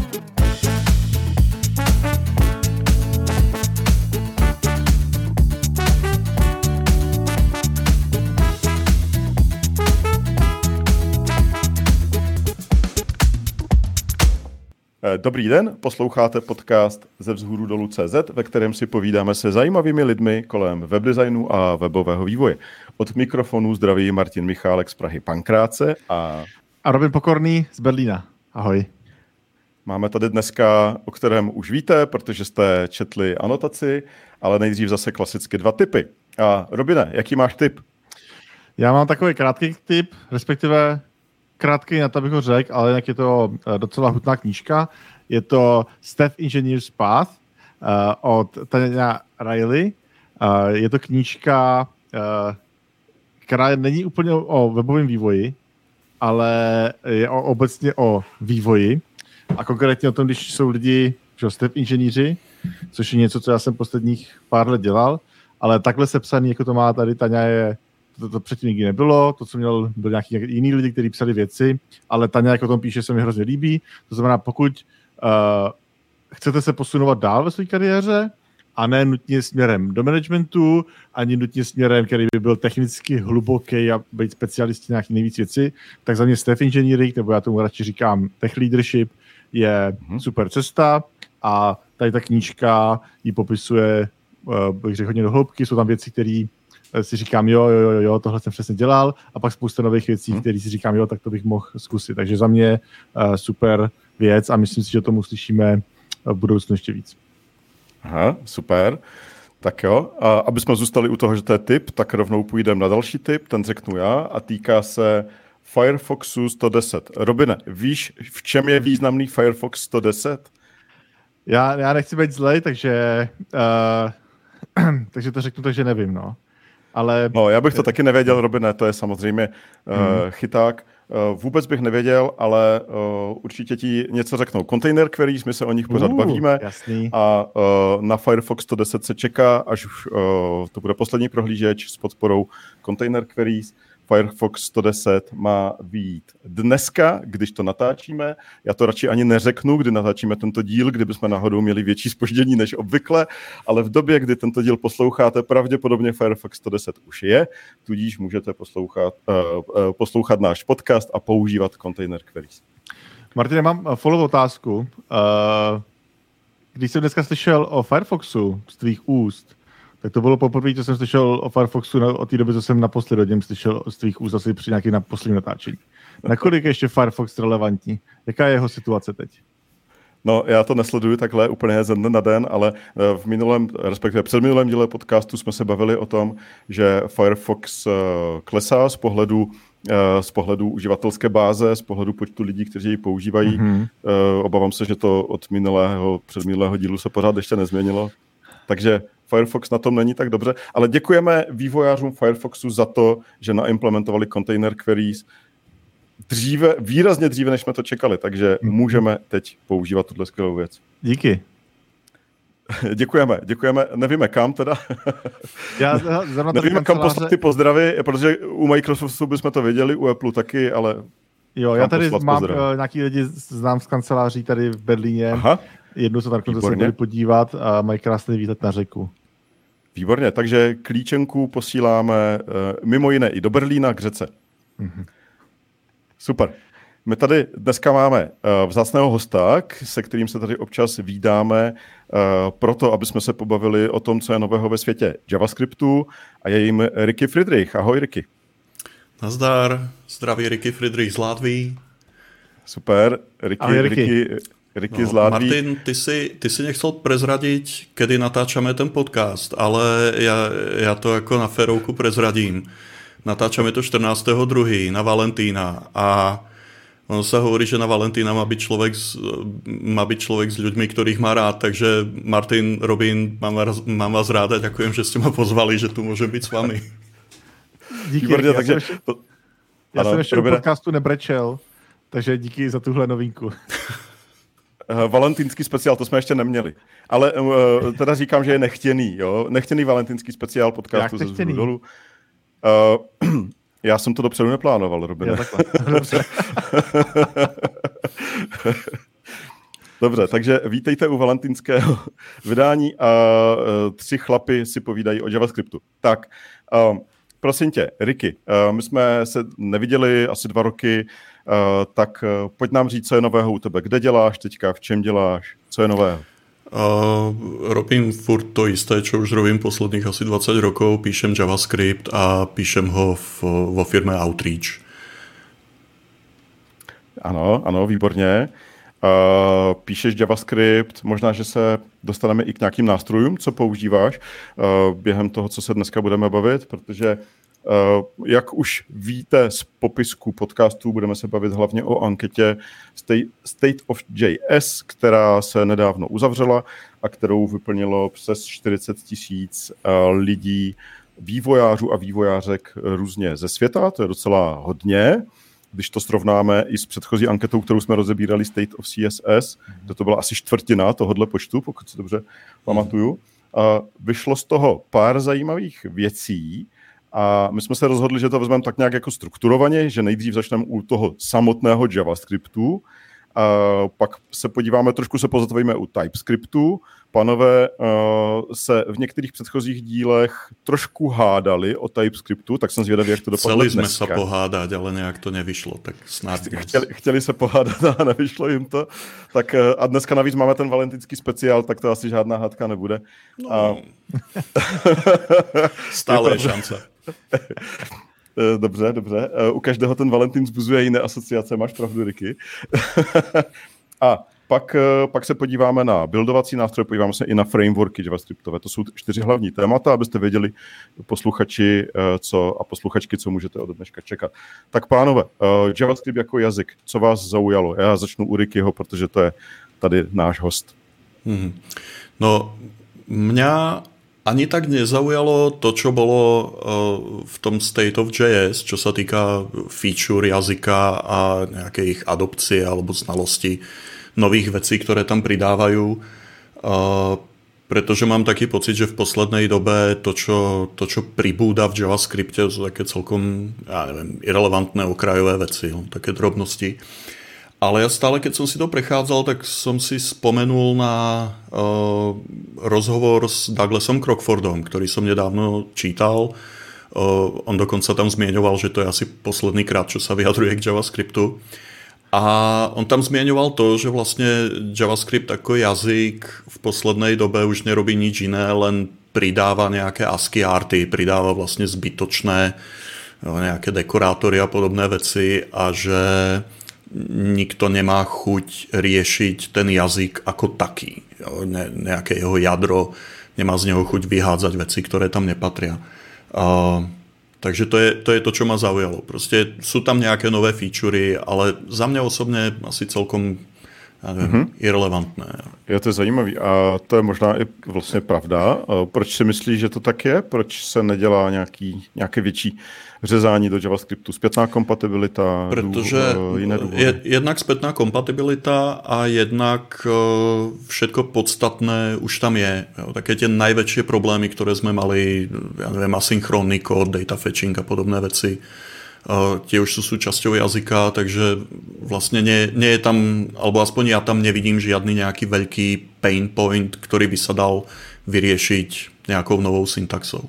Dobrý den, posloucháte podcast Ze vzhůru dolů CZ, ve kterém si povídáme se zajímavými lidmi kolem webdesignu a webového vývoje. Od mikrofonu zdraví Martin Michálek z Prahy Pankráce a Robin Pokorný z Berlína. Ahoj. Máme tady dneska, o kterém už víte, protože jste četli anotaci, ale nejdřív zase klasicky 2 tipy. A Robine, jaký máš tip? Já mám takový krátký tip, respektive krátký na to, abych ho řekl, ale jinak je to docela hutná knížka. Je to Staff Engineer's Path od Tanya Riley. Je to knížka, která není úplně o webovém vývoji, ale je obecně o vývoji. A konkrétně o tom, když jsou lidi, že staff inženýři, což je něco, co já jsem posledních pár let dělal, ale takhle sepsaný, jako to má tady Tania, je to předtím nikdy nebylo, to, co měl, byl nějaký jiný lidi, kteří psali věci, ale Tania, jako o tom píše, se mi hrozně líbí. To znamená, pokud chcete se posunovat dál ve své kariéře, a ne nutně směrem do managementu, ani nutně směrem, který by byl technicky hluboký a být specialistí nějaký nejvíc věci, tak za mě staff engineering, nebo já tomu radši říkám tech leadership, je super cesta a tady ta knížka ji popisuje, bych řekl, hodně do hloubky, jsou tam věci, které si říkám, jo, tohle jsem přesně dělal, a pak spousta nových věcí, které si říkám, jo, tak to bych mohl zkusit. Takže za mě super věc a myslím si, že tomu slyšíme v budoucnu ještě víc. Aha, super. Tak jo, a aby jsme zůstali u toho, že to je tip, tak rovnou půjdeme na další tip, ten řeknu já a týká se Firefoxu 110. Robine, víš, v čem je významný Firefox 110? Já nechci být zlej, takže to řeknu tak, že nevím, no. Ale... No, já bych to taky nevěděl, Robine, to je samozřejmě chyták. Vůbec bych nevěděl, ale určitě ti něco řeknou. Container queries, my se o nich pořád bavíme. Jasný. A na Firefox 110 se čeká, až už to bude poslední prohlížeč s podporou container queries. Firefox 110 má vyjít dneska, když to natáčíme. Já to radši ani neřeknu, kdy natáčíme tento díl, kdybychom náhodou měli větší zpoždění než obvykle, ale v době, kdy tento díl posloucháte, pravděpodobně Firefox 110 už je, tudíž můžete poslouchat náš podcast a používat container queries. Martine, mám follow otázku. Když jsem dneska slyšel o Firefoxu z tvých úst, tak to bylo poprvé, co jsem slyšel o Firefoxu od té doby, co jsem naposledy o něm slyšel z tvých úst asi při nějakým posledním natáčení. Nakolik je ještě Firefox relevantní? Jaká je jeho situace teď? No, já to nesleduju takhle úplně ze dne na den, ale v minulém, respektive předminulém díle podcastu jsme se bavili o tom, že Firefox klesá z pohledu uživatelské báze, z pohledu počtu lidí, kteří ji používají. Obávám se, že to od předminulého dílu se pořád ještě nezměnilo. Takže Firefox na tom není tak dobře, ale děkujeme vývojářům Firefoxu za to, že naimplementovali container queries výrazně dříve, než jsme to čekali, takže můžeme teď používat tuhle skvělou věc. Díky. Děkujeme. Nevíme kam teda. Nevíme kam poslat ty pozdravy, protože u Microsoftu bychom to věděli, u Apple taky, ale... Jo, já tady mám nějaký lidi, znám z kanceláří tady v Berlíně. Aha. Jednou se takhle se byli podívat a mají krásný výlet na řeku. Výborně, takže klíčenku posíláme mimo jiné i do Berlína k řece. Super. My tady dneska máme vzácného hosta, se kterým se tady občas vídáme proto, aby jsme se pobavili o tom, co je nového ve světě JavaScriptu, a je jim Ricky Friedrich. Ahoj, Ricky. Nazdar, zdraví Ricky Friedrich z Latvii. Super, Ricky z Latvii. Martin, ty si nechcel prezradiť, kedy natáčame ten podcast, ale ja to ako na férovku prezradím. Natáčame to 14.2. na Valentína a ono sa hovorí, že na Valentína má byť človek s ľuďmi, ktorých má rád, takže Martin, Robin, mám vás rád a ďakujem, že ste ma pozvali, že tu môžem byť s vami. Díky, Výborně, já jsem ještě u podcastu nebrečel, takže díky za tuhle novinku. Valentínský speciál, to jsme ještě neměli. Ale teda říkám, že je nechtěný, jo? Nechtěný valentínský speciál podcastu ze Vzhůru dolů. Já jsem to dopředu neplánoval, Robine. Dobře, takže vítejte u valentínského vydání a 3 chlapy si povídají o JavaScriptu. Tak, prosím tě, Ricky, my jsme se neviděli asi 2 roky, tak pojď nám říct, co je nového u tebe. Kde děláš teďka, v čem děláš, co je nového? Robím furt to isté, čo už robím posledných asi 20 rokov. Píšem JavaScript a píšem ho vo firme Outreach. Ano, výborně. Píšeš JavaScript, možná, že se dostaneme i k nějakým nástrojům, co používáš během toho, co se dneska budeme bavit, protože jak už víte z popisku podcastů, budeme se bavit hlavně o anketě State of JS, která se nedávno uzavřela a kterou vyplnilo přes 40 000 lidí, vývojářů a vývojářek různě ze světa, to je docela hodně. Když to srovnáme i s předchozí anketou, kterou jsme rozebírali State of CSS, kde to byla asi 1/4 tohohle počtu, pokud si dobře pamatuju. Vyšlo z toho pár zajímavých věcí a my jsme se rozhodli, že to vezmeme tak nějak jako strukturovaně, že nejdřív začneme u toho samotného JavaScriptu, pak se podíváme, trošku se pozastavíme u TypeScriptu. Pánové se v některých předchozích dílech trošku hádali o TypeScriptu, tak jsem zvědavý, jak to dopadlo dneska. Chceli jsme se pohádať, ale nějak to nevyšlo, tak snad chtěli se pohádat a nevyšlo jim to. Tak a dneska navíc máme ten valentínský speciál, tak to asi žádná hádka nebude. No. Stále je šance. Dobře. U každého ten Valentín vzbuzuje jiné asociace, máš pravdu, Ricky. A pak se podíváme na buildovací nástroje, podíváme se i na frameworky JavaScriptové. To jsou 4 hlavní témata, abyste věděli posluchači a posluchačky, co můžete od dneška čekat. Tak pánové, JavaScript jako jazyk, co vás zaujalo? Já začnu u Rickyho, protože to je tady náš host. No, mňa ani tak nezaujalo to, čo bolo v tom State of JS, čo sa týka feature jazyka a nejakej ich adopcie alebo znalosti nových vecí, ktoré tam pridávajú. Pretože mám taký pocit, že v poslednej dobe to, čo pribúda v JavaScripte, sú také celkom, irelevantné okrajové veci, také drobnosti. Ale ja stále, keď som si to prechádzal, tak som si spomenul na rozhovor s Douglasom Crockfordom, ktorý som nedávno čítal. On dokonca tam zmieňoval, že to je asi posledný krát, čo sa vyjadruje k JavaScriptu. A on tam zmieňoval to, že vlastne JavaScript ako jazyk v poslednej dobe už nerobí nič iné, len pridáva nejaké ASCII arty, pridáva vlastne zbytočné nejaké dekorátory a podobné veci a že nikto nemá chuť riešiť ten jazyk ako taký. Nejaké jeho jadro, nemá z neho chuť vyhádzať veci, ktoré tam nepatria. Takže to je to, čo ma zaujalo. Proste sú tam nejaké nové featurey, ale za mňa osobne asi celkom irrelevantné. Je to zajímavý a to je možná i vlastně pravda. Proč si myslíš, že to tak je? Proč se nedělá nějaké větší řezání do JavaScriptu? Zpětná kompatibilita? Protože jiné důvody? Jednak zpětná kompatibilita a jednak všetko podstatné už tam je. Také tie najväčšie problémy, ktoré sme mali, asynchronný kód, data fetching a podobné veci, tie už sú súčasťou jazyka, takže vlastne nie je tam, alebo aspoň ja tam nevidím žiadny nejaký veľký pain point, ktorý by sa dal vyriešiť nejakou novou syntaxou.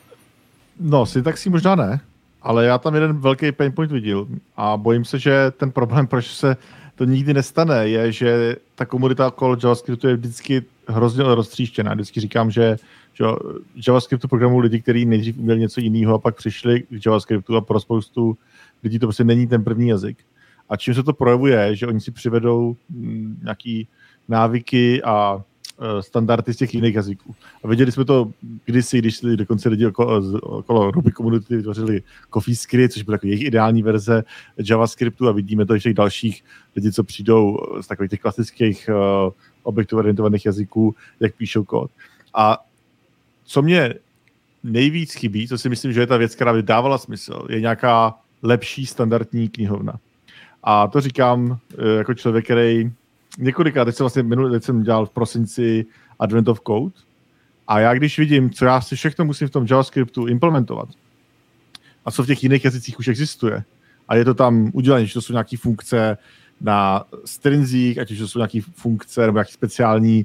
No, syntaxí možná ne, ale já tam jeden velký pain point viděl a bojím se, že ten problém, proč se to nikdy nestane, je, že ta komunita okolo JavaScriptu je vždycky hrozně roztříštěná. Vždycky říkám, že JavaScriptu programují lidi, kteří nejdřív uměli něco jiného a pak přišli k JavaScriptu a pro spoustu lidí to prostě není ten první jazyk. A čím se to projevuje, že oni si přivedou nějaký návyky a standardy z těch jiných jazyků. A viděli jsme to kdysi, když dokonce lidi okolo Ruby komunity vytvořili CoffeeScript, což byla jako jejich ideální verze JavaScriptu a vidíme to i těch dalších lidí, co přijdou z takových těch klasických objektu orientovaných jazyků, jak píšou kód. A co mě nejvíc chybí, co si myslím, že je ta věc, která by dávala smysl, je nějaká lepší standardní knihovna. A to říkám jako člověk, který několikrát, teď jsem dělal v prosinci Advent of Code a já když vidím, co já si všechno musím v tom JavaScriptu implementovat a co v těch jiných jazycích už existuje a je to tam udělané, že to jsou nějaké funkce, na strinzích, ať už to jsou nějaké funkce nebo nějaké speciální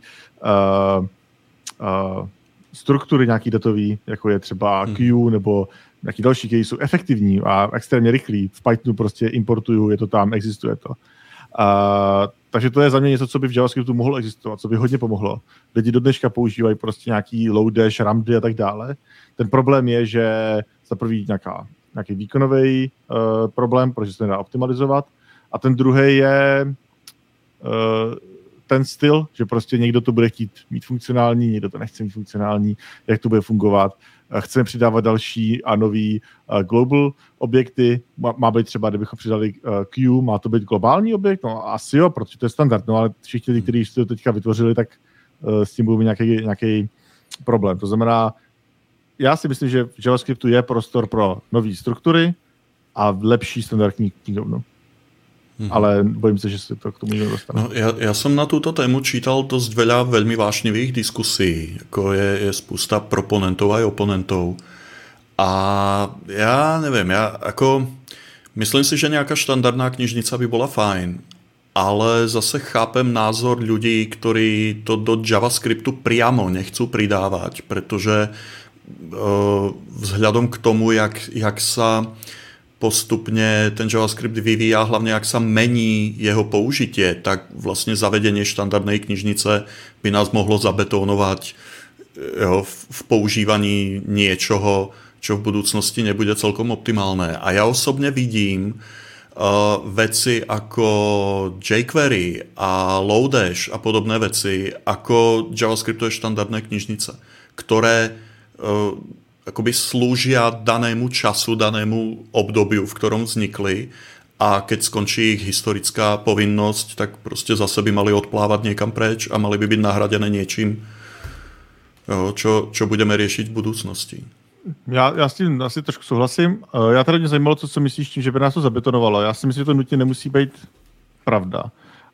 struktury nějaký datový, jako je třeba Q nebo nějaký další, které jsou efektivní a extrémně rychlí. V Pythonu prostě importuju, je to tam, existuje to. Takže to je za mě něco, co by v JavaScriptu mohlo existovat, co by hodně pomohlo. Lidi do dneška používají prostě nějaký Lodash, Ramdy a tak dále. Ten problém je, že za prvý nějaký výkonový problém, protože se to nedá optimalizovat. A ten druhý je ten styl, že prostě někdo to bude chtít mít funkcionální, někdo to nechce mít funkcionální, jak to bude fungovat. Chceme přidávat další a nový global objekty. Má být třeba, kdybychom přidali Q, má to být globální objekt? No asi jo, protože to je standard, no ale všichni, kteří to teďka vytvořili, tak s tím budou mít nějaký problém. To znamená, já si myslím, že v JavaScriptu je prostor pro nové struktury a lepší standardní knihovnu. Ale bojím se, že se to k tomu nikdo dostane. No, ja som na túto tému čítal dosť veľa veľmi vášnivých diskusí. Ako je spústa proponentov aj oponentov. A ja neviem, myslím si, že nejaká štandardná knižnica by bola fajn, ale zase chápem názor ľudí, ktorí to do JavaScriptu priamo nechcú pridávať, pretože vzhľadom k tomu, jak sa postupne ten JavaScript vyvíja, hlavne ak sa mení jeho použitie, tak vlastne zavedenie štandardnej knižnice by nás mohlo zabetónovať v používaní niečoho, čo v budúcnosti nebude celkom optimálne. A ja osobne vidím veci ako jQuery a Lodash a podobné veci ako JavaScriptové štandardné knižnice, ktoré akoby slúžia danému času, danému obdobiu, v ktorom vznikli a keď skončí ich historická povinnosť, tak proste zase by mali odplávať niekam preč a mali by byť nahradené niečím, čo budeme riešiť v budúcnosti. Já s tím asi trošku souhlasím. Já tady mě zajímalo, co myslíš tím, že by nás to zabetonovalo. Já si myslím, že to nutně nemusí být pravda.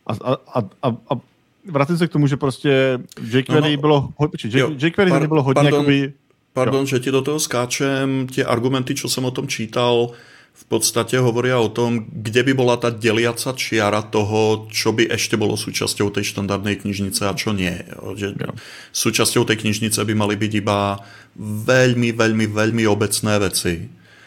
A vrátím se k tomu, že prostě jQuery bylo hodně jakoby... Pardon, že ti do toho skáčem. Tie argumenty, čo som o tom čítal, v podstate hovoria o tom, kde by bola tá deliaca čiara toho, čo by ešte bolo súčasťou tej štandardnej knižnice a čo nie. Súčasťou tej knižnice by mali byť iba veľmi, veľmi, veľmi obecné veci.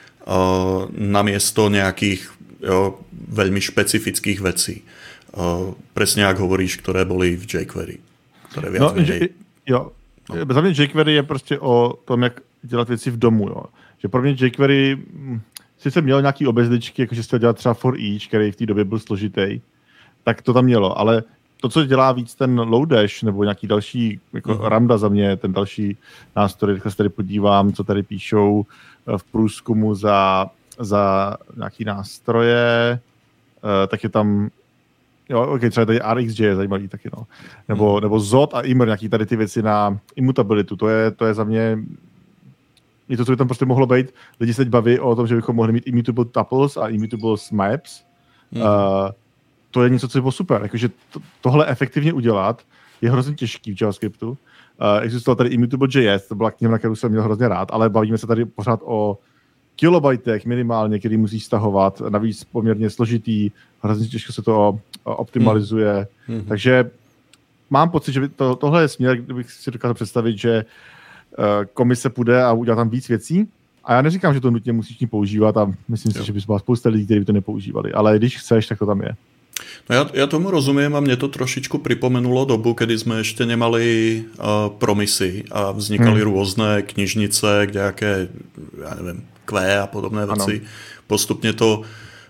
Namiesto nejakých veľmi špecifických vecí. Presne ak hovoríš, ktoré boli v jQuery. Ktoré viac menej... Za mě jQuery je prostě o tom, jak dělat věci v domu. Jo. Že pro mě jQuery sice mělo nějaký obezličky, jakože jste dělat třeba for each, který v té době byl složitý, tak to tam mělo. Ale to, co dělá víc ten Lodash nebo nějaký další, jako Ramda za mě, ten další nástroj, když se tady podívám, co tady píšou v průzkumu za nějaký nástroje, tak je tam třeba tady RxJ je zajímavý taky, no. Nebo Zod a Immer, nějaký tady ty věci na immutabilitu, to je za mě něco, co by tam prostě mohlo být. Lidi se teď baví o tom, že bychom mohli mít immutable tuples a immutable maps. To je něco, co by bylo super. Jakože tohle efektivně udělat je hrozně těžký v JavaScriptu. Existoval tady immutable.js, to byla kniha, kterou jsem měl hrozně rád, ale bavíme se tady pořád o kilobajtech minimálně, který musí stahovat, navíc poměrně složitý, hrozně těžko se to optimalizuje. Takže mám pocit, že tohle je směr, kdybych si dokázal představit, že komise půjde a udělá tam víc věcí. A já neříkám, že to nutně musíš ní používat a myslím si, že by byla spousta lidí, kteří by to nepoužívali. Ale když chceš, tak to tam je. No ja tomu rozumiem a mne to trošičku pripomenulo dobu, kedy sme ešte nemali promisy a vznikali rôzne knižnice, kdejaké, ja neviem, Q a podobné veci. Postupne to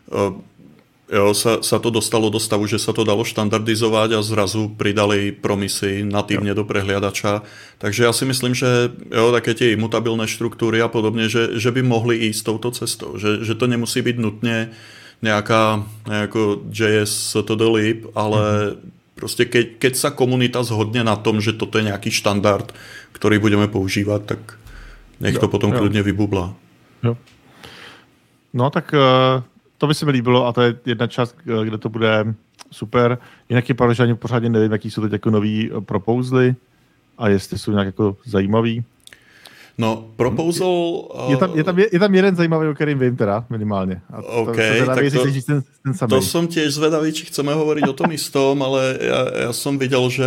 sa to dostalo do stavu, že sa to dalo štandardizovať a zrazu pridali promisy natívne do prehliadača. Takže ja si myslím, že také tie imutabilné štruktúry a podobne, že by mohli ísť touto cestou. Že to nemusí byť nutne nejako JS lib, ale proste keď sa komunita zhodne na tom, že toto je nejaký štandard, ktorý budeme používať, tak nech to potom kľudne vybublá. Jo. No tak to by se mi líbilo a to je jedna část, kde to bude super. Jinak je pravda, že ani pořádně nevím, jaký jsou teď jako nový propouzly a jestli jsou nějak jako zajímavý. No, proposal... Je tam jeden zajímavý, o kterým vím teda, minimálně. A to som tiež zvedavý, či chceme hovoriť o tom istom, ale ja som videl, že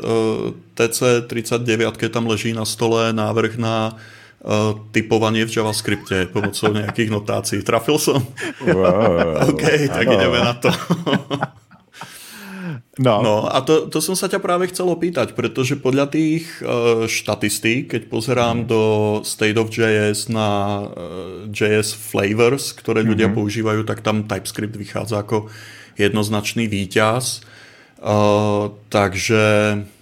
TC39 tam leží na stole návrh na typovanie v JavaScripte pomocou nejakých notácií. Trafil som? Wow, OK, tak ideme na to. No a to som sa ťa práve chcel opýtať, pretože podľa tých štatistík, keď pozerám do State of JS na JS Flavors, ktoré ľudia používajú, tak tam TypeScript vychádza ako jednoznačný víťaz. Takže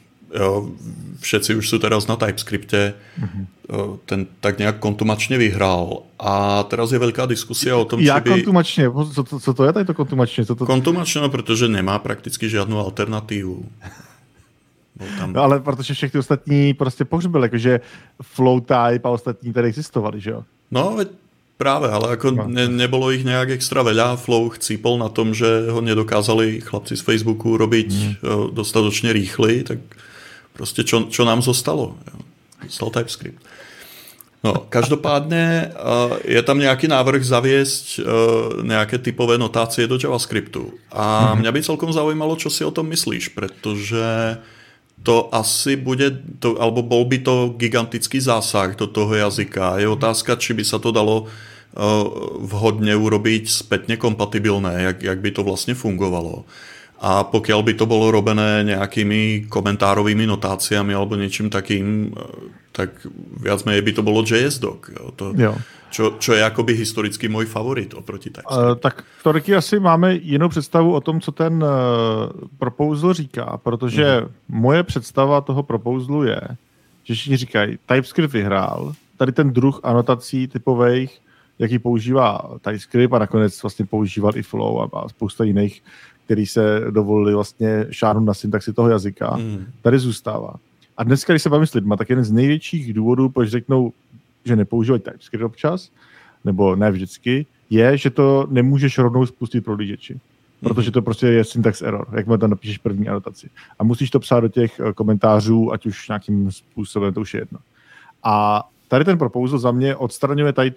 všetci už sú teraz na TypeScripte. Ten tak nejak kontumačne vyhral. A teraz je veľká diskusia o tom, Jak kontumačne? Co to je tady to kontumačne? Kontumačne, protože nemá prakticky žádnou alternativu. Tam... No, ale protože všechny ostatní prostě pohřbili, jakože Flowtype a ostatní tady existovali, že jo? No, práve, ale ako nebolo ich nejak extra veľa. Flow chcípol na tom, že ho nedokázali chlapci z Facebooku robiť dostatočne rýchly, tak proste čo nám zostalo? Zostal TypeScript. No, každopádne je tam nejaký návrh zaviesť nejaké typové notácie do JavaScriptu. A mňa by celkom zaujímalo, čo si o tom myslíš, pretože to asi bude, alebo bol by to gigantický zásah do toho jazyka. Je otázka, či by sa to dalo vhodne urobiť spätne kompatibilné, jak by to vlastne fungovalo. A pokiaľ by to bolo robené nejakými komentárovými notáciami alebo niečím takým, tak viac menej by to bolo JS-doc. Čo je akoby historicky môj favorit oproti TypeScript. Tak to taky asi máme jinou představu o tom, co ten proposal říká, protože moje představa toho proposalu je, že všichni říkají, TypeScript vyhrál, tady ten druh anotací typových, jaký používá TypeScript a nakonec vlastně používal i Flow a spousta jiných, který se dovolili vlastně šáhnout na syntaxi toho jazyka, tady zůstává. A dneska, když se bavím s lidma, tak jeden z největších důvodů, proč řeknou, že nepoužívají TypeScript občas, nebo ne vždycky, je, že to nemůžeš rovnou spustit prohlížeči. Protože to prostě je syntax error, jakmile tam napíšeš první anotaci. A musíš to psát do těch komentářů, ať už nějakým způsobem, to už je jedno. A tady ten proposal za mě odstraňuje tady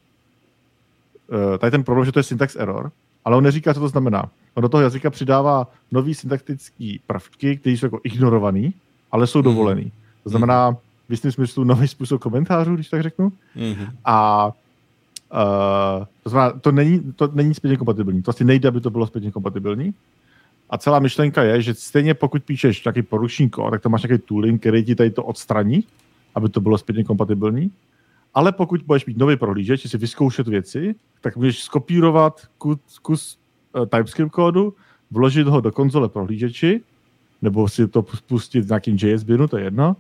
ten problém, že to je syntax error, ale on neříká, co to znamená. On do toho jazyka přidává nový syntaktický prvky, které jsou jako ignorovaný, ale jsou dovolený. To znamená v jistém smyslu nový způsob komentářů, když tak řeknu. A to znamená, to není zpětně kompatibilní. To vlastně nejde, aby to bylo zpětně kompatibilní. A celá myšlenka je, že stejně pokud píšeš nějaký poruční kód, tak to máš nějaký tooling, který ti tady to odstraní, aby to bylo zpětně kompatibilní. Ale pokud budeš mít nový prohlížeč, si vyzkoušet věci, tak můžeš skopírovat kus TypeScript kódu, vložit ho do konzole prohlížeči, nebo si to spustit v nějakým JS binu, to je jedno.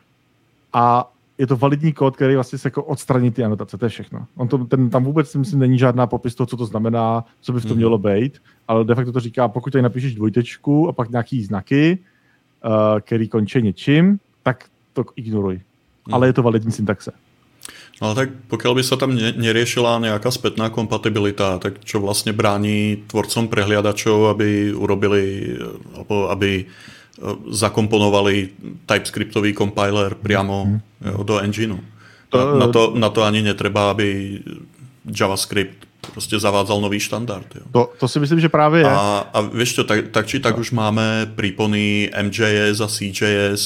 A je to validní kód, který vlastně se jako odstraní ty anotace, to je všechno. Tam vůbec myslím, není žádná popis toho, co to znamená, co by v tom mělo být, ale de facto to říká, pokud tady napíšeš dvojtečku a pak nějaký znaky, který končí něčím, tak to ignoruj. Ale je to validní syntaxe. No tak pokiaľ by sa tam neriešila nejaká spätná kompatibilita, tak čo vlastne bráni tvorcom prehliadačov, aby urobili, alebo aby zakomponovali TypeScriptový compiler priamo do engineu. Na to ani netreba, aby JavaScript prostě zavádzal nový štandard. Jo. To si myslím, že právě je. A vieš čo, tak či tak už máme prípony MJS a CJS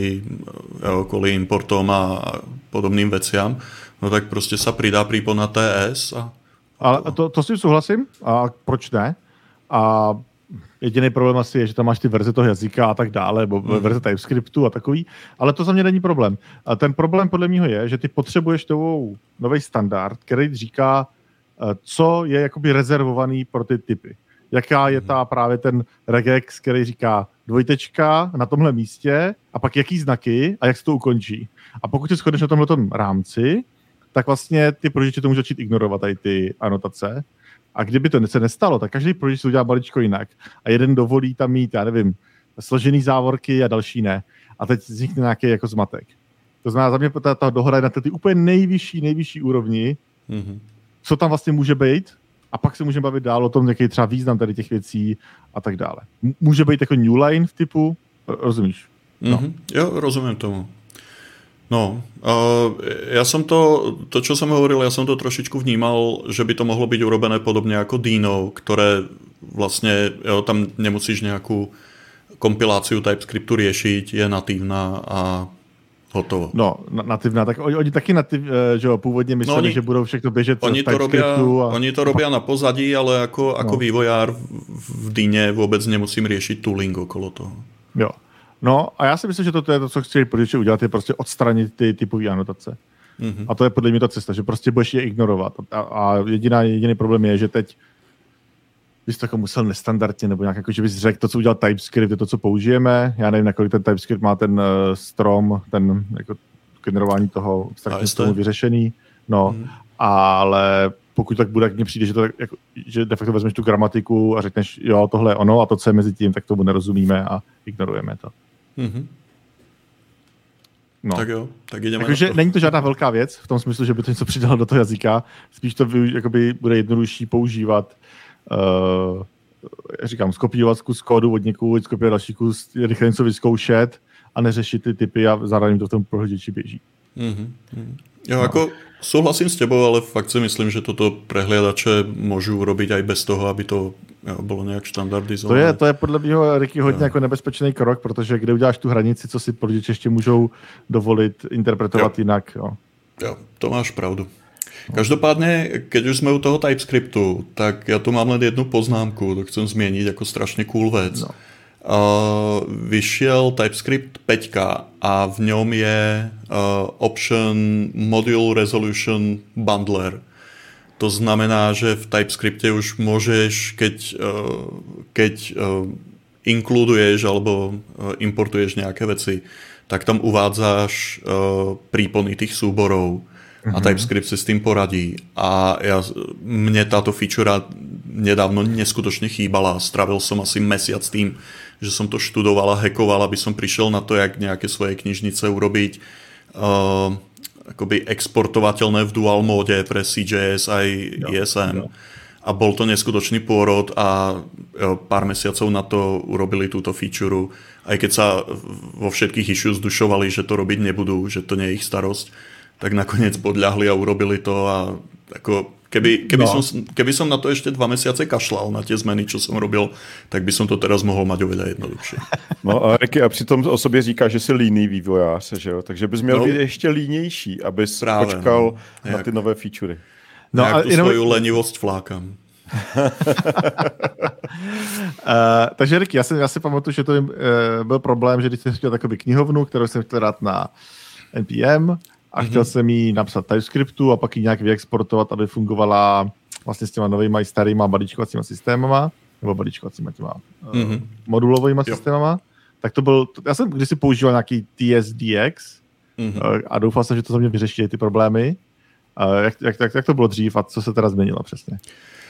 kvôli importom a podobným veciam. No tak prostě sa pridá prípon na TS. Ale to s tím souhlasím. A proč ne? A jediný problém asi je, že tam máš ty verze toho jazyka a tak dále, nebo verze TypeScriptu a takový, ale to za mě není problém. A ten problém podle mého je, že ty potřebuješ nový standard, který říká, co je jakoby rezervovaný pro ty typy. Jaká je právě ten regex, který říká dvojtečka na tomhle místě a pak jaký znaky a jak se to ukončí. A pokud se shodneš na tomhletom rámci, tak vlastně ty prohlížeče to může začít ignorovat tady ty anotace. A kdyby to se nestalo, tak každý prohlížeč se udělá maličko jinak. A jeden dovolí tam mít, já nevím, složený závorky a další ne. A teď vznikne nějaký jako zmatek. To znamená, za mě ta dohoda je na ty úplně nejvyšší úrovni, co tam vlastně může být, a pak se můžeme bavit dál o tom, jaký třeba význam tady těch věcí a tak dále. Může být jako new line v typu, rozumíš? No. Jo, rozumím tomu. No, ja som to, čo som hovoril, ja som to trošičku vnímal, že by to mohlo byť urobené podobne ako Dino, ktoré vlastne, tam nemusíš nejakú kompiláciu TypeScriptu riešiť, je natívna a hotovo. No, nativná, tak oni taky že jo, původně mysleli, že budou všechno běžet v TypeScriptu. Oni to robia na pozadí, ale ako vývojár v Dine vôbec nemusím riešiť tooling okolo toho. Jo. No a já si myslím, že toto je to, co chci počítače udělat, je prostě odstranit ty typové anotace. Mm-hmm. A to je podle mě ta cesta, že prostě budeš je ignorovat. A jediný problém je, že teď bys to jako musel nestandardně, nebo nějak jako, že bys řekl, to, co udělal TypeScript, je to, co použijeme. Já nevím, nakolik ten TypeScript má ten strom, ten jako generování toho abstraktního stromu vyřešený. No, ale pokud tak bude, tak mně přijde, že to jako, že de facto vezmeš tu gramatiku a řekneš, jo, tohle je ono a to, co je mezi tím, tak tomu nerozumíme a ignorujeme to. Mm-hmm. No. Tak jo, tak jdeme jako, že není to žádná velká věc, v tom smyslu, že by to něco přidalo do toho jazyka, spíš to jakoby bude jednodušší používat, říkám, skopírovat kus kódu od někud, skopírovat další kus, rychle něco vyzkoušet a neřešit ty typy a zároveň to v tom prohlížeči běží. Mm-hmm. Jo, ako súhlasím s tebou, ale fakt si myslím, že toto prehliadače môžu robiť aj bez toho, aby to bolo nejak štandardizované. To je podle mého, Ricky, hodně jako nebezpečný krok, protože kde uděláš tu hranici, co si prohlídače ještě můžou dovolit interpretovat jinak. Jo, to máš pravdu. Každopádne, keď už sme u toho TypeScriptu, tak ja tu mám len jednu poznámku, to chcem zmieniť ako strašne cool vec. No. Vyšiel TypeScript 5 a v ňom je option Module Resolution Bundler. To znamená, že v TypeScripte už môžeš, keď inkluduješ alebo importuješ nejaké veci, tak tam uvádzaš prípony tých súborov a TypeScript si s tým poradí. A mne táto feature nedávno neskutočne chýbala. Strávil som asi mesiac tým, že som to študoval a hackoval, aby som prišiel na to, jak nejaké svoje knižnice urobiť akoby exportovateľné v dual móde pre CJS aj ISM. A bol to neskutočný pôrod a pár mesiacov na to urobili túto feature. Aj keď sa vo všetkých issues dušovali, že to robiť nebudú, že to nie je ich starosť, tak nakoniec podľahli a urobili to a ako keby som na to ešte 2 mesiace kašlal na tie zmeny, čo som robil, tak by som to teraz mohol mať oveľa jednoduchšie. No a Ricky, a přitom o sobě říká, že jsi líný vývojář, že jo? Takže bys měl být ještě línější, abys počkal na ty nové featurey. No a tu svoju lenivosť flákam. Takže Ricky, já si pamatuju, že to byl problém, že když jsem chtěl takovou knihovnu, kterou jsem chtěl dát na NPM, a chtěl jsem jí napsat TypeScriptu a pak ji nějak vyexportovat, aby fungovala vlastně s těma novýma i starýma balíčkovacíma systémama, nebo balíčkovacíma těma modulovými systémama. Tak to byl, já jsem kdysi používal nějaký TSDX a doufal jsem, že to za mě vyřeší ty problémy. Jak to bylo dřív a co se teda změnilo přesně?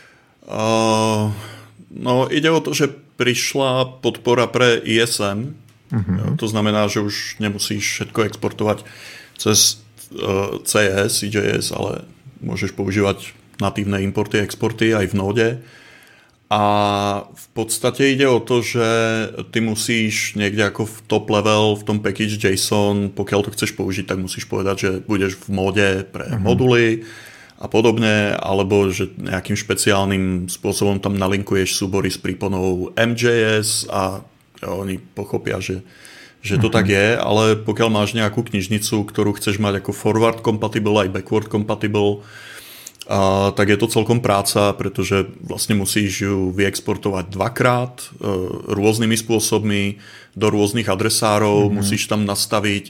No ide o to, že prišla podpora pre ISM. To znamená, že už nemusíš všetko exportovať cez CS, CJS, ale môžeš používať natívne importy, exporty aj v Node. A v podstate ide o to, že ty musíš niekde ako v top level, v tom package JSON, pokiaľ to chceš použiť, tak musíš povedať, že budeš v móde pre moduly a podobne, alebo že nejakým špeciálnym spôsobom tam nalinkuješ súbory s príponou MJS a oni pochopia, že to tak je, ale pokiaľ máš nejakú knižnicu, ktorú chceš mať ako forward compatible aj backward compatible, tak je to celkom práca, pretože vlastne musíš ju vyexportovať dvakrát rôznymi spôsobmi do rôznych adresárov, musíš tam nastaviť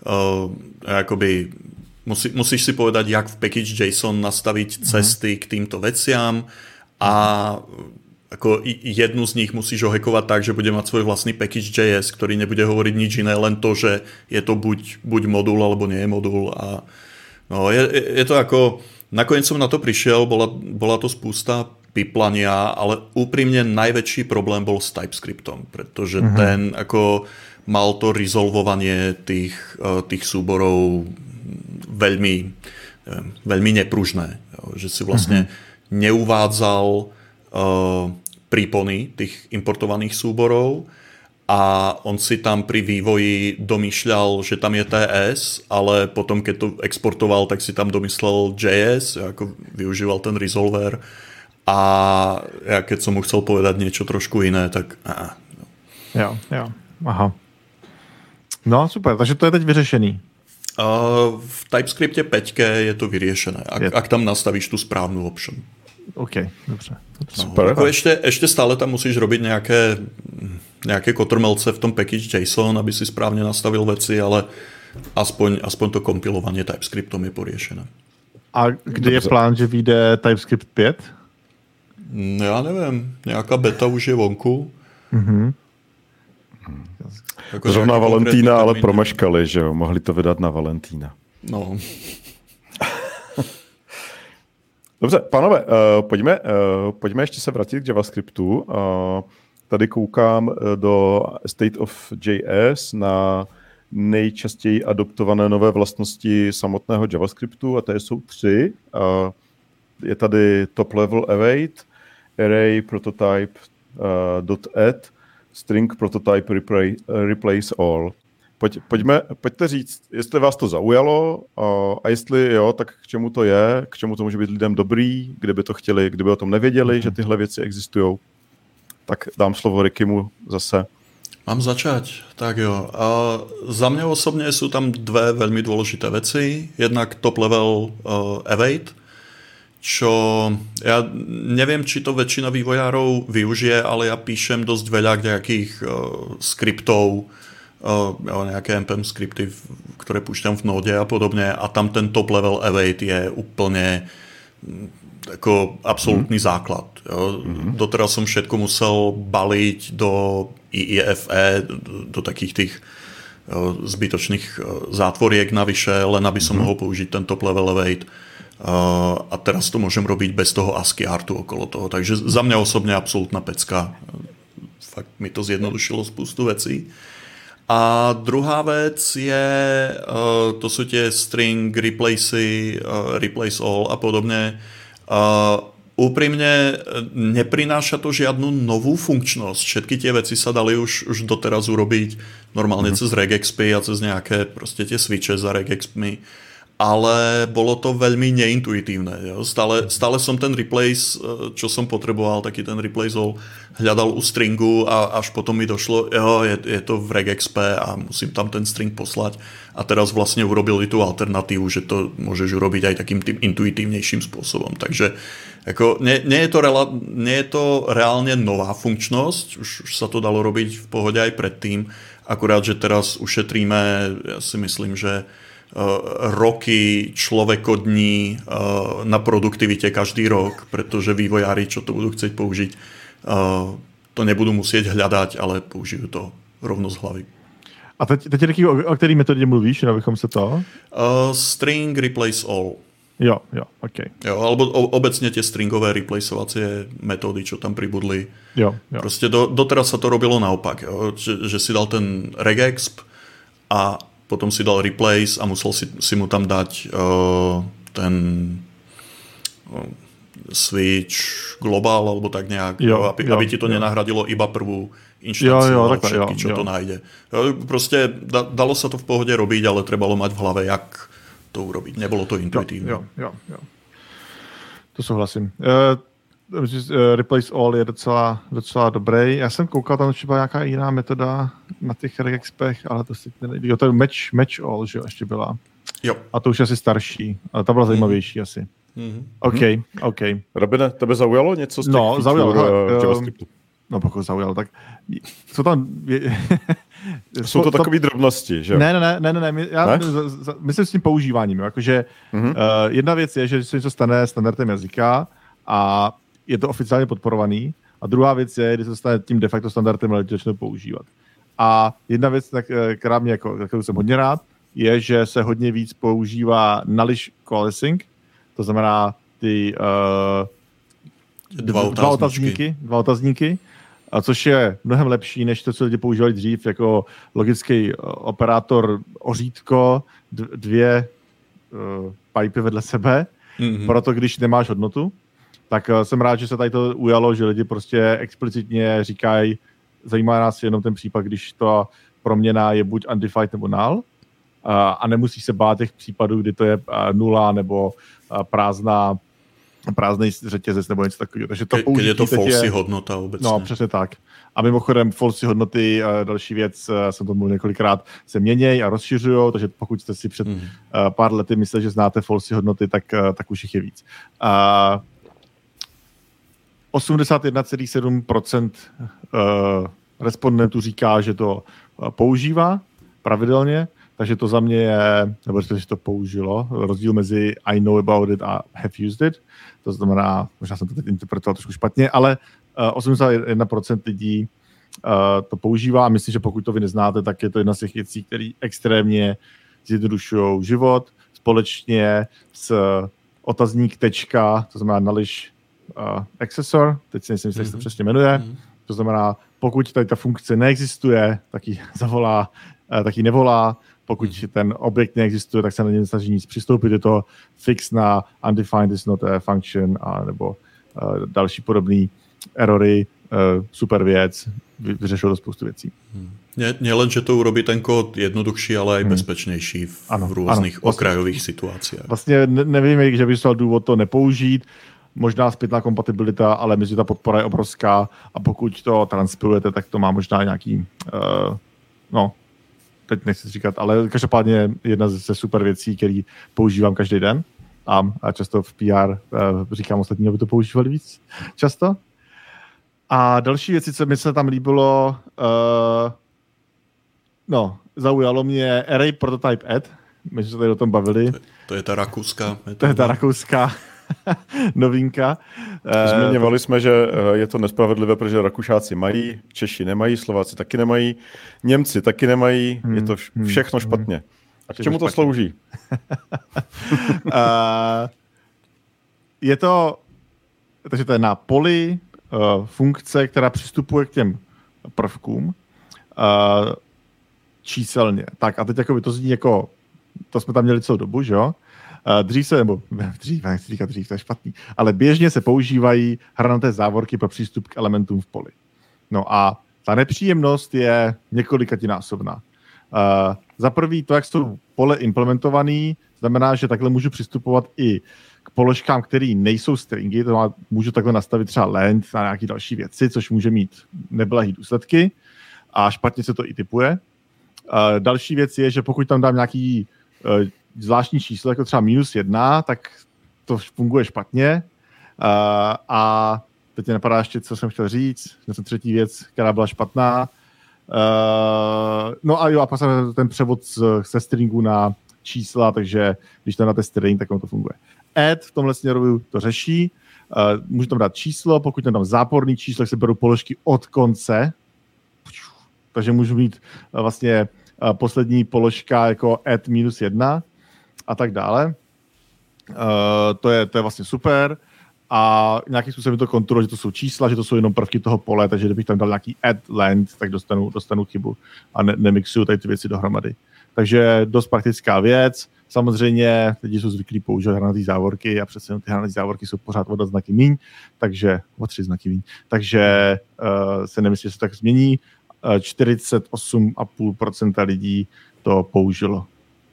musíš si povedať, jak v package JSON nastaviť cesty k týmto veciam a ako jednu z nich musíš ohekovať tak, že bude mať svoj vlastný package.js, ktorý nebude hovoriť nič iné, len to, že je to buď modul, alebo nie je modul. A no, je to ako... Nakoniec som na to prišiel, bola to spústa piplania, ale úprimne najväčší problém bol s TypeScriptom, pretože ten ako mal to resolvovanie tých súborov veľmi nepružné. Že si vlastne neuvádzal prípony tých importovaných súborov a on si tam pri vývoji domýšľal, že tam je TS, ale potom, keď to exportoval, tak si tam domyslel JS, ako využíval ten resolver a ja keď som mu chcel povedať niečo trošku iné, tak... Jo, aha. No super, takže to je teď vyřešený. V TypeScripte 5 je to vyriešené, ak tam nastavíš tú správnu option. OK, dobře. Super. Ako ešte stále tam musíš robiť nejaké kotrmelce v tom package JSON, aby si správne nastavil veci, ale aspoň to kompilovanie TypeScriptom je poriešené. A kdy je plán, že vyjde TypeScript 5? Ja neviem. Nejaká beta už je vonku. Zrovna Valentína, ale promeškali, že jo? Mohli to vydat na Valentína. No. Dobře, pánové, pojďme ještě se vrátit k JavaScriptu. Tady koukám do State of JS na nejčastěji adoptované nové vlastnosti samotného JavaScriptu a to jsou 3. Je tady top level await, array prototype .add, string prototype replace all. Pojďte říct, jestli vás to zaujalo a jestli jo, tak k čemu to je, k čemu to může být lidem dobrý, kdyby to chtěli, kdyby o tom nevěděli, že tyhle věci existují. Tak dám slovo Rickymu zase. Mám začať? Tak jo. Za mňa osobne sú tam dve veľmi dôležité veci. Jednak top level await, čo ja neviem, či to väčšina vývojárov využije, ale ja píšem dosť veľa nejakých skriptov, nejaké npm skripty, ktoré púšťam v Node a podobne a tam ten top level await je úplne ako absolútny základ. Jo. Doteraz som všetko musel baliť do IIFE, do takých tých zbytočných zátvoriek navyše, len aby som mohol použiť ten top level await. A teraz to môžem robiť bez toho ASCII artu okolo toho. Takže za mňa osobne absolútna pecka. Fakt mi to zjednodušilo spústu vecí. A druhá vec je, to sú tie string replace all a podobne. Úprimne neprináša to žiadnu novú funkčnosť. Všetky tie veci sa dali už doteraz urobiť normálne cez regexpy a cez nejaké proste tie switche za regexpmi. Ale bolo to veľmi neintuitívne. Jo? Stále som ten replace, čo som potreboval, taký ten replace all, hľadal u stringu a až potom mi došlo, jo, je to v regexpe a musím tam ten string poslať. A teraz vlastne urobili tú alternatívu, že to môžeš urobiť aj takým tým intuitívnejším spôsobom. Takže ako, nie je to reálne nová funkčnosť, už sa to dalo robiť v pohode aj predtým, akurát, že teraz ušetríme, ja si myslím, že roky človekodní na produktivite každý rok, pretože vývojári, čo to budú chcieť použiť, to nebudú musieť hľadať, ale použijú to rovno z hlavy. A teď taky, o který metodě mluvíš, abychom se to? String replace all. Jo, OK. Jo, alebo obecne tie stringové replaceovacie metódy, čo tam pribudli. Jo. Proste doteraz sa to robilo naopak, jo? Že si dal ten regexp a potom si dal replace a musel si mu tam dať ten switch global alebo tak nejak, aby ti to nenahradilo iba prvú inštanciu a všetky, čo to nájde. Proste dalo sa to v pohode robiť, ale trebalo mať v hlave, jak to urobiť. Nebolo to intuitívne. Jo. To souhlasím. Replace all je docela dobrý. Já jsem koukal, tam třeba nějaká jiná metoda na těch regexpech, ale to si nejde. Jo, to je match all, že jo, ještě byla. Jo. A to už je asi starší, ale ta byla zajímavější asi. OK. Robine, tebe zaujalo něco z těch JavaScriptu? No, pokud zaujalo, tak co tam... Jsou to takové drobnosti, že jo? Ne. Myslím s tím používáním. Jakože jedna věc je, že se něco stane standardem jazyka a je to oficiálně podporovaný. A druhá věc je, když se stane tím de facto standardem, ale začne používat. A jedna věc, která mě kterou jsem hodně rád, je, že se hodně víc používá nullish coalescing, to znamená ty dva otazníky, a což je mnohem lepší, než to, co lidi používali dřív, jako logický operátor ořítko, dvě pipy vedle sebe, proto když nemáš hodnotu, tak jsem rád, že se tady to ujalo, že lidi prostě explicitně říkají, zajímá nás jenom ten případ, když to proměna je buď undefined nebo null, a nemusí se bát těch případů, kdy to je nula nebo prázdný řetězec nebo něco takového. Takže to když je to falsy hodnota obecně. No, přesně tak. A mimochodem falsy hodnoty, další věc, jsem to mluvil několikrát, se měnějí a rozšiřují, takže pokud jste si před pár lety mysleli, že znáte falsy hodnoty, tak už jich je víc. 81,7% respondentů říká, že to používá pravidelně, takže to za mě je, nebo že to použilo, rozdíl mezi I know about it a have used it. To znamená, možná jsem to teď interpretoval trošku špatně, ale 81% lidí to používá a myslím, že pokud to vy neznáte, tak je to jedna z těch věcí, které extrémně zjednodušují život společně s otazník tečka, to znamená knowledge accessor, teď si myslím, že se to přesně jmenuje, to znamená, pokud tady ta funkce neexistuje, tak ji zavolá, tak ji nevolá, pokud ten objekt neexistuje, tak se na něj snaží nic přistoupit, je to fix na undefined is not a function a nebo další podobné erory, super věc, vyřešilo to spoustu věcí. Nie len, že to urobí ten kód jednoduchší, ale i bezpečnější v různých okrajových situacích. Vlastně nevím, že by byl důvod to nepoužít, možná zpětná kompatibilita, ale myslím, že ta podpora je obrovská a pokud to transpilujete, tak to má možná nějaký, teď nechci říkat, ale každopádně jedna ze super věcí, který používám každý den a často v PR říkám ostatní, aby to používali víc často. A další věci, co mi se tam líbilo, zaujalo mě Array Prototype Add, my jsme se tady o tom bavili. To je ta rakouská. To je ta rakouská novinka. Zmiňovali jsme, že je to nespravedlivé, protože Rakušáci mají, Češi nemají, Slováci taky nemají, Němci taky nemají, je to všechno špatně. A k čemu to slouží? Je to, takže to je na poli funkce, která přistupuje k těm prvkům číselně. Tak a teď jako by to zní jako, to jsme tam měli celou dobu, že jo? Nechci říkat dřív, to je špatný, ale běžně se používají hranaté závorky pro přístup k elementům v poli. No a ta nepříjemnost je několikanásobná. Za prvý to, jak jsou pole implementovaný, znamená, že takhle můžu přistupovat i k položkám, které nejsou stringy, to můžu takhle nastavit třeba length a nějaké další věci, což může mít neblahý důsledky a špatně se to i typuje. Další věc je, že pokud tam dám nějaký zvláštní číslo, jako třeba -1, tak to funguje špatně. A teď mě napadá ještě, co jsem chtěl říct. To třetí věc, která byla špatná. A pak ten převod ze stringu na čísla, takže když tam dáte string, tak ono to funguje. Add v tomhle směru to řeší. Můžu tam dát číslo, pokud tam dám záporný číslo, tak se berou položky od konce. Takže můžu mít vlastně poslední položka jako add -1 a tak dále. To je vlastně super a nějakým způsobem to kontroluje, že to jsou čísla, že to jsou jenom prvky toho pole, takže kdybych tam dal nějaký add length, tak dostanu chybu a nemixuju tady ty věci dohromady. Takže dost praktická věc. Samozřejmě lidi jsou zvyklí používat hranatý závorky a přece ty hranatý závorky jsou pořád o 2 znaky míň, takže o 3 znaky míň. Takže se nemyslí, že se tak změní. 48,5% lidí to použilo.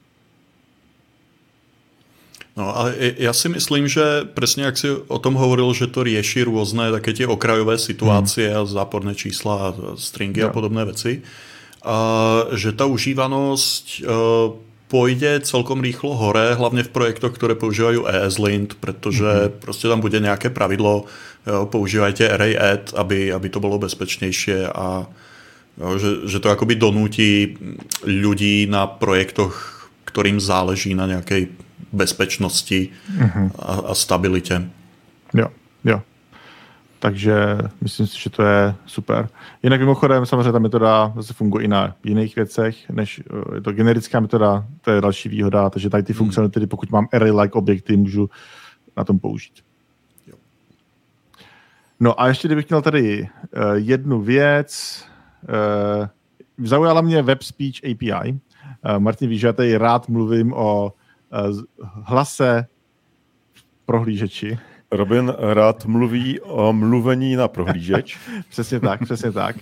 No ale ja si myslím, že presne jak si o tom hovoril, že to rieši rôzne také tie okrajové situácie a záporné čísla, stringy a podobné veci, a že tá užívanosť pôjde celkom rýchlo hore, hlavne v projektoch, ktoré používajú ESLint, pretože proste tam bude nejaké pravidlo, používajte array add, aby to bolo bezpečnejšie a že to akoby donúti ľudí na projektoch, ktorým záleží na nejakej bezpečnosti a stabilitě. Jo. Takže myslím si, že to je super. Jinak mimochodem, samozřejmě ta metoda zase funguje i na jiných věcech, než je to generická metoda, to je další výhoda, takže tady ty funkcionality, pokud mám array-like objekty, můžu na tom použít. Jo. No a ještě kdybych měl tady jednu věc, zaujala mě Web Speech API. Martin ví, že já tady rád mluvím o hlase v prohlížeči. Robin rád mluví o mluvení na prohlížeč. Přesně tak.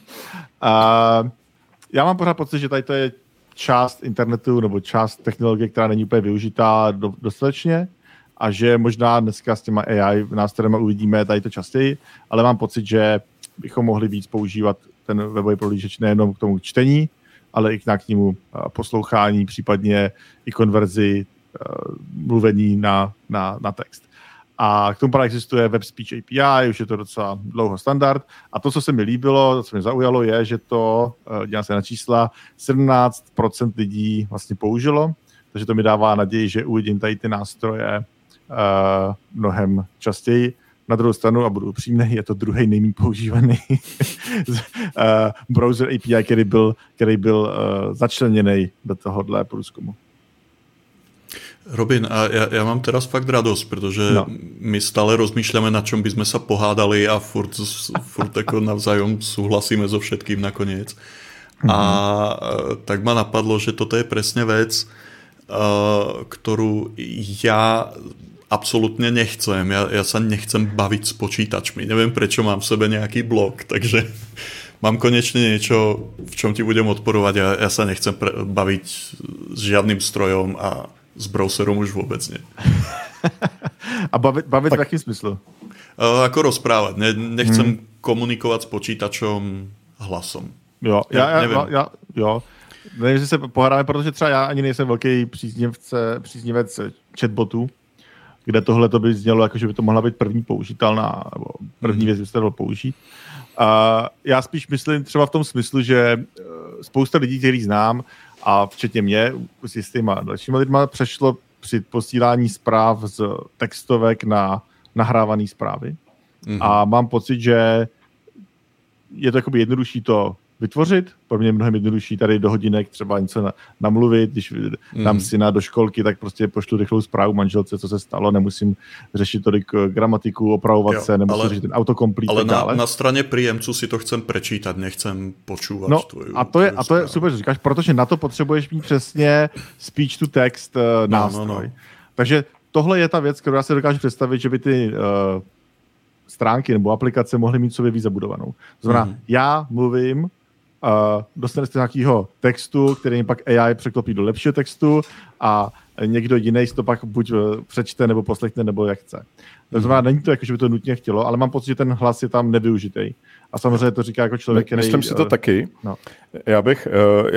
Já mám pořád pocit, že tady to je část internetu nebo část technologie, která není úplně využitá dostatečně a že možná dneska s těma AI nástroji uvidíme tady to častěji, ale mám pocit, že bychom mohli víc používat ten webový prohlížeč nejenom k tomu čtení, ale i k nějakému poslouchání, případně i konverzi mluvení na text. A k tomu právě existuje Web Speech API, už je to docela dlouho standard. A to, co se mi líbilo, co mě zaujalo, je, že to, dívám se na čísla, 17% lidí vlastně použilo, takže to mi dává naději, že uvidím tady ty nástroje mnohem častěji. Na druhou stranu, a budu upřímný, je to druhý nejméně používaný browser API, který byl začleněný do tohohle průzkumu. Robin, a ja mám teraz fakt radosť, pretože my stále rozmýšľame, na čom by sme sa pohádali a furt ako navzájom súhlasíme so všetkým nakoniec. A tak ma napadlo, že toto je presne vec, ktorú ja absolútne nechcem. Ja sa nechcem baviť s počítačmi. Neviem, prečo mám v sebe nejaký blok, takže mám konečne niečo, v čom ti budem odporovať. Ja sa nechcem baviť s žiadnym strojom a s browserom už vôbec nie. A bavit v jakém smyslu? Ako rozprávať. Nechcem komunikovať s počítačom hlasom. Jo, jo. Nevím, že se pohádáme, protože třeba já ani nejsem velký příznivec chatbotů, kde tohle to by znělo, jako že by to mohla být první použitelná, nebo první věc, by se to dalo použít. Já spíš myslím třeba v tom smyslu, že spousta lidí, který znám, a včetně mě, s jistýma dalšíma lidma, přešlo při posílání zpráv z textovek na nahrávané zprávy. A mám pocit, že je to jakoby jednodušší to vytvořit. Pro mě je mnohem jednodušší tady do hodinek třeba něco namluvit, když dám syna do školky, tak prostě pošlu rychlou zprávu manželce, co se stalo, nemusím řešit tolik gramatiku, opravovat se, nemusím řešit ten autocomplete. Ale na straně príjemcu si to chcem prečítať, nechcem počúvat tvoju. A to je super, že říkáš, protože na to potřebuješ mít přesně speech to text nástroj. No. Takže tohle je ta věc, kterou já si dokážu představit, že by ty stránky nebo aplikace mohly mít sobě víc zabudovanou. To znamená, já mluvím, dostane z nějakého textu, který pak AI překlopí do lepšího textu a někdo jiný si to pak buď přečte, nebo poslechne, nebo jak chce. To znamená, není to jako, že by to nutně chtělo, ale mám pocit, že ten hlas je tam nevyužitej. A samozřejmě to říká jako člověk, který... Myslím si to taky. No. Já bych,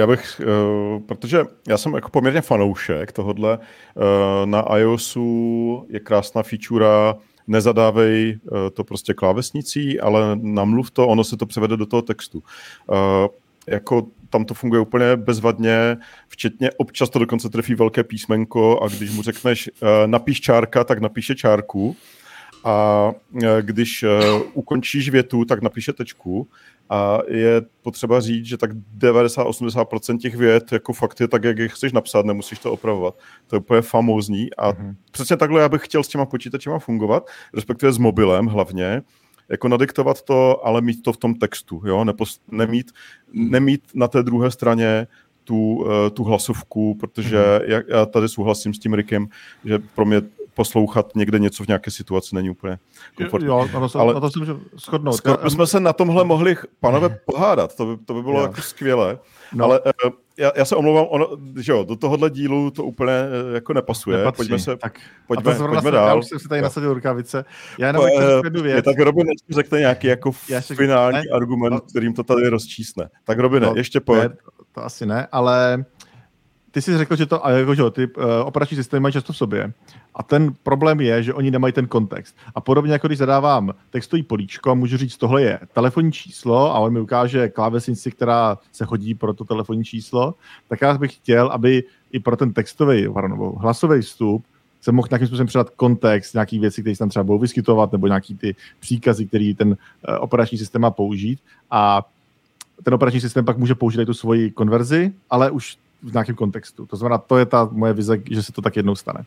protože já jsem jako poměrně fanoušek tohodle, na iOSu je krásná feature, nezadávej to prostě klávesnicí, ale namluv to, ono se to převede do toho textu. Jako tam to funguje úplně bezvadně, včetně občas to dokonce trefí velké písmenko a když mu řekneš napíš čárka, tak napíše čárku a když ukončíš větu, tak napíše tečku a je potřeba říct, že tak 90-80% těch vět jako fakt je tak, jak je chceš napsat, nemusíš to opravovat. To je úplně famózní a přesně takhle já bych chtěl s těma počítačema fungovat, respektive s mobilem hlavně, jako nadiktovat to, ale mít to v tom textu, jo? Nemít na té druhé straně tu hlasovku, protože já tady souhlasím s tím Rickem, že pro mě poslouchat někde něco v nějaké situaci není úplně komfortní. Jo, na to se můžu shodnout. Skoro jsme se na tomhle mohli, panové, pohádat, to by bylo jako skvělé, ale já se omlouvám, že jo, do tohohle dílu to úplně jako nepasuje. Nepatří. Pojďme dál. Já už jsem si tady nasadil rukavice. Já jenom jednu věc. Tak Robin, řekne nějaký jako finální argument, kterým to tady rozčísne. Tak Robine, ještě pojď. To asi ne, ale ty jsi řekl, že ty operační systémy mají často v sobě. A ten problém je, že oni nemají ten kontext. A podobně jako když zadávám textový políčko a můžu říct, tohle je telefonní číslo a on mi ukáže klávesnici, která se hodí pro to telefonní číslo, tak já bych chtěl, aby i pro ten textový nebo hlasový vstup se mohl nějakým způsobem předat kontext, nějaký věci, které se tam třeba budou vyskytovat, nebo nějaký ty příkazy, který ten operační systém má použít. A ten operační systém pak může použít tu svoji konverzi, ale už v nějakém kontextu. To znamená, to je ta moje vize, že se to tak jednou stane.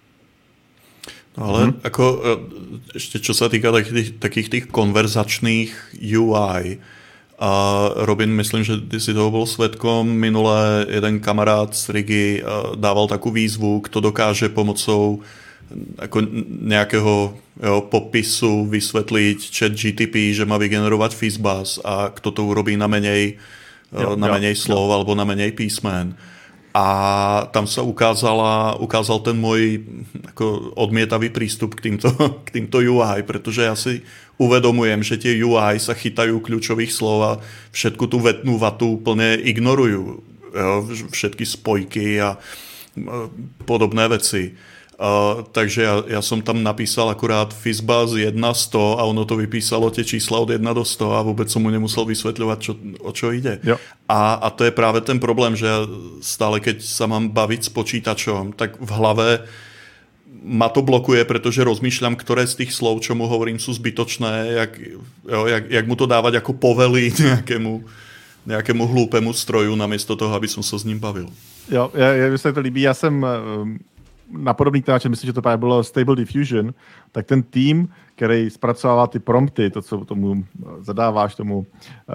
No ale ako ešte čo sa týka takých tých konverzačných UI, a Robin, myslím, že ty si toho bol svedkom. Minule jeden kamarád z Rigi dával takú výzvu, kto dokáže pomocou ako nejakého popisu vysvetliť ChatGTP, že má vygenerovať Fizzbuzz a kto to urobí na menej slov alebo na menej písmen. A tam sa ukázal ten môj ako odmietavý prístup k týmto UI, pretože ja si uvedomujem, že tie UI sa chytajú kľúčových slov a všetku tú vetnú vatu úplne ignorujú. Všetky spojky a podobné veci. Takže ja som tam napísal akurát Fizzbuzz 1 100 a ono to vypísalo tie čísla od 1 do 100 a vôbec som mu nemusel vysvetľovať, o čo ide. A to je práve ten problém, že ja stále, keď sa mám baviť s počítačom, tak v hlave ma to blokuje, pretože rozmýšľam, ktoré z tých slov, čo mu hovorím, sú zbytočné, jak mu to dávať ako povely nejakému hlúpemu stroju, namiesto toho, aby som sa s ním bavil. Jo, mně se to líbí. Já jsem na podobný témače, myslím, že to právě bylo Stable Diffusion, tak ten tým, který zpracovává ty prompty, to, co tomu zadáváš, tomu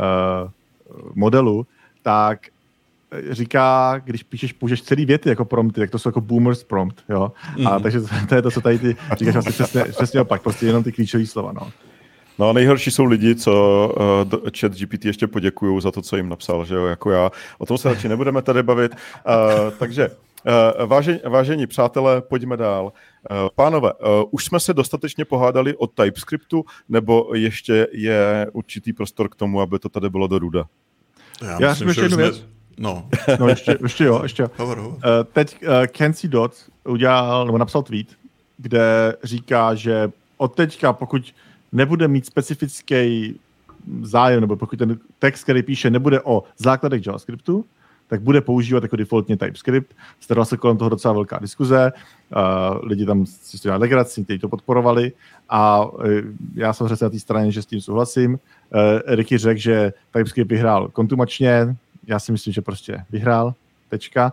modelu, tak říká, když použiješ celý věty jako prompty, tak to jsou jako boomers prompt, jo. A takže to je to, co tady ty říkáš vlastně přesně opak, prostě jenom ty klíčové slova, no. No a nejhorší jsou lidi, co ChatGPT ještě poděkují za to, co jim napsal, že jo, jako já. O tom se radši nebudeme tady bavit. Takže, vážení přátelé, pojďme dál. Pánové, už jsme se dostatečně pohádali o TypeScriptu, nebo ještě je určitý prostor k tomu, aby to tady bylo do ruda? Já myslím, že jednu věc. No, ještě jo. Teď Kenzie Dot napsal tweet, kde říká, že od teďka, pokud nebude mít specifický zájem, nebo pokud ten text, který píše, nebude o základech JavaScriptu, tak bude používat jako defaultně TypeScript. Starala se kolem toho docela velká diskuze, lidi tam si dělali legraci, kteří to podporovali a já jsem řekl na té straně, že s tím souhlasím. Ricky řekl, že TypeScript vyhrál kontumačně, já si myslím, že prostě vyhrál, tečka.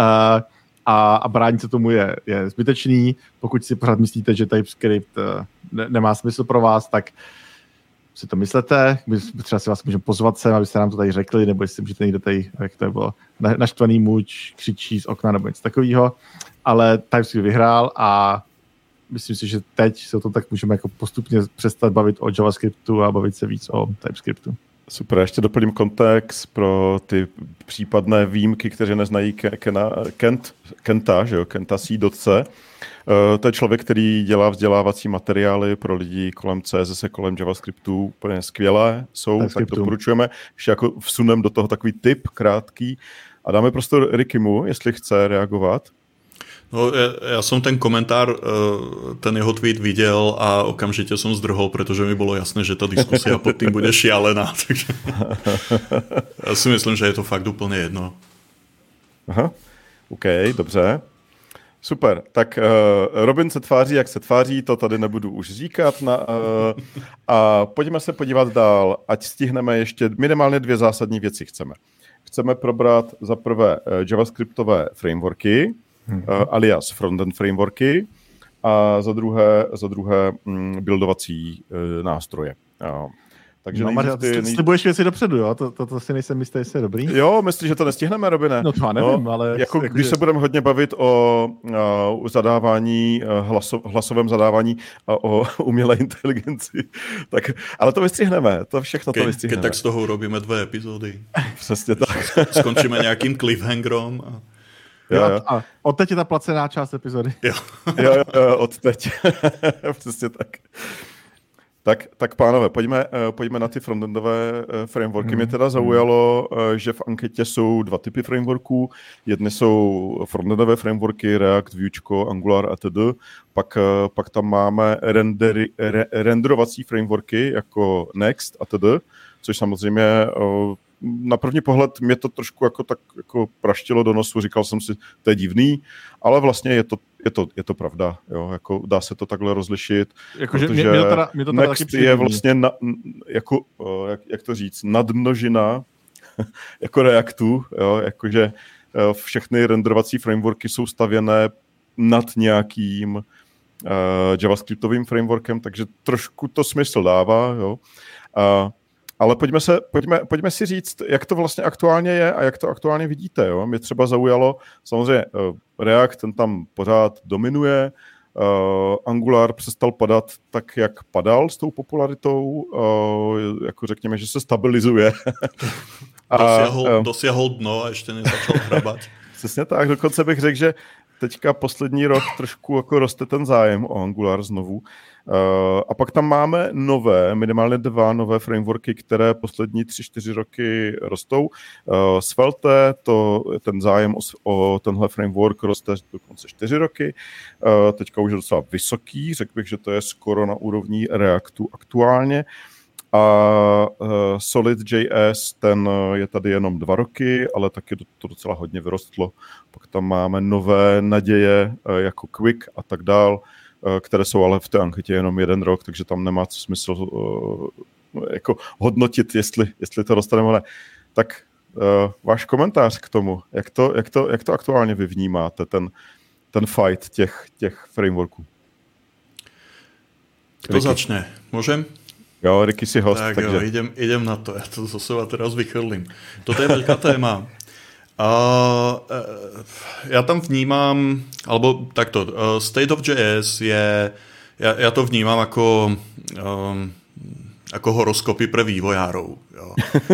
A bránit se tomu je zbytečný. Pokud si pořád myslíte, že TypeScript nemá smysl pro vás, tak si to myslete. My třeba si vás můžeme pozvat sem, abyste nám to tady řekli, nebo jestli můžete někde tady, jak to bylo, naštvaný muž křičí z okna nebo něco takového. Ale TypeScript vyhrál a myslím si, že teď se o tom tak můžeme jako postupně přestat bavit o JavaScriptu a bavit se víc o TypeScriptu. Super, ještě doplním kontext pro ty případné výjimky, kteří neznají Kenta, že jo, Kenta C.C. To je člověk, který dělá vzdělávací materiály pro lidi kolem CSS, kolem JavaScriptu, úplně skvělé jsou, tak doporučujeme. Ještě jako vsunem do toho takový tip krátký a dáme prostor Rickymu, jestli chce reagovat. No, ja som ten komentár, ten jeho tweet videl a okamžite som zdrhol, pretože mi bolo jasné, že tá diskusia pod tým bude šialená. Takže ja si myslím, že je to fakt úplne jedno. Aha, OK, dobře. Super, tak Robin se tváří, jak se tváří, to tady nebudu už říkat. A pojďme se podívat dál, ať stihneme ještě minimálně 2 zásadní věci chceme. Chceme probrat za prvé javascriptové frameworky, alias frontend frameworky a za druhé buildovací nástroje. Takže slibuješ věci dopředu, jo? To si nejsem jistý, jestli je dobrý. Jo, myslíš, že to nestihneme, Robine? No to já nevím, ale... Když se budeme hodně bavit o zadávání, hlasovém zadávání a o umělé inteligenci, tak, ale to vystřihneme, to všechno to vystřihneme. Tak z toho urobíme 2 epizody. Přesně tak. Skončíme nějakým cliffhangerom a... Jo. A odteď je ta placená část epizody. Jo, odteď. Přesně tak. Tak pánové, pojďme na ty frontendové frameworky. Mě teda zaujalo, že v anketě jsou 2 typy frameworků. Jedny jsou frontendové frameworky, React, Vuečko, Angular atd. Pak tam máme renderovací frameworky jako Next atd. Což samozřejmě na první pohled mě to trošku jako praštilo do nosu, říkal jsem si, to je divný, ale vlastně je to pravda, jo, jako dá se to takhle rozlišit, protože mě to Next je vlastně jak to říct, nadmnožina jako Reactu, jo, jakože všechny renderovací frameworky jsou stavěné nad nějakým javascriptovým frameworkem, takže trošku to smysl dává, jo. Ale pojďme si říct, jak to vlastně aktuálně je a jak to aktuálně vidíte. Jo? Mě třeba zaujalo, samozřejmě React, ten tam pořád dominuje, Angular přestal padat tak, jak padal s tou popularitou, jako řekněme, že se stabilizuje. Dosiahol dno a ještě nezačal hrabat. Přesně tak, dokonce bych řekl, že teďka poslední rok trošku jako roste ten zájem o Angular znovu. A pak tam máme minimálně 2 nové frameworky, které poslední 3-4 roky rostou. Svelte, ten zájem o tenhle framework roste dokonce 4 roky. Teďka už je docela vysoký, řekl bych, že to je skoro na úrovni Reactu aktuálně. A Solid.js, ten je tady jenom 2 roky, ale taky to docela hodně vyrostlo. Pak tam máme nové naděje jako Quick a tak dál, které jsou ale v té anketě jenom 1 rok, takže tam nemá smysl jako hodnotit, jestli to roste nebo ne. Tak váš komentář k tomu, jak to aktuálně vy vnímáte, ten fight těch frameworků? Kto začne? Môžem? Jo, Ricky si host. Tak takže... jo, idem na to. Ja to zo seba teraz vychrlím. Toto je veľká téma. Ja tam vnímam, alebo takto, State of JS je, ja to vnímam ako horoskopy pre vývojárov. Jo.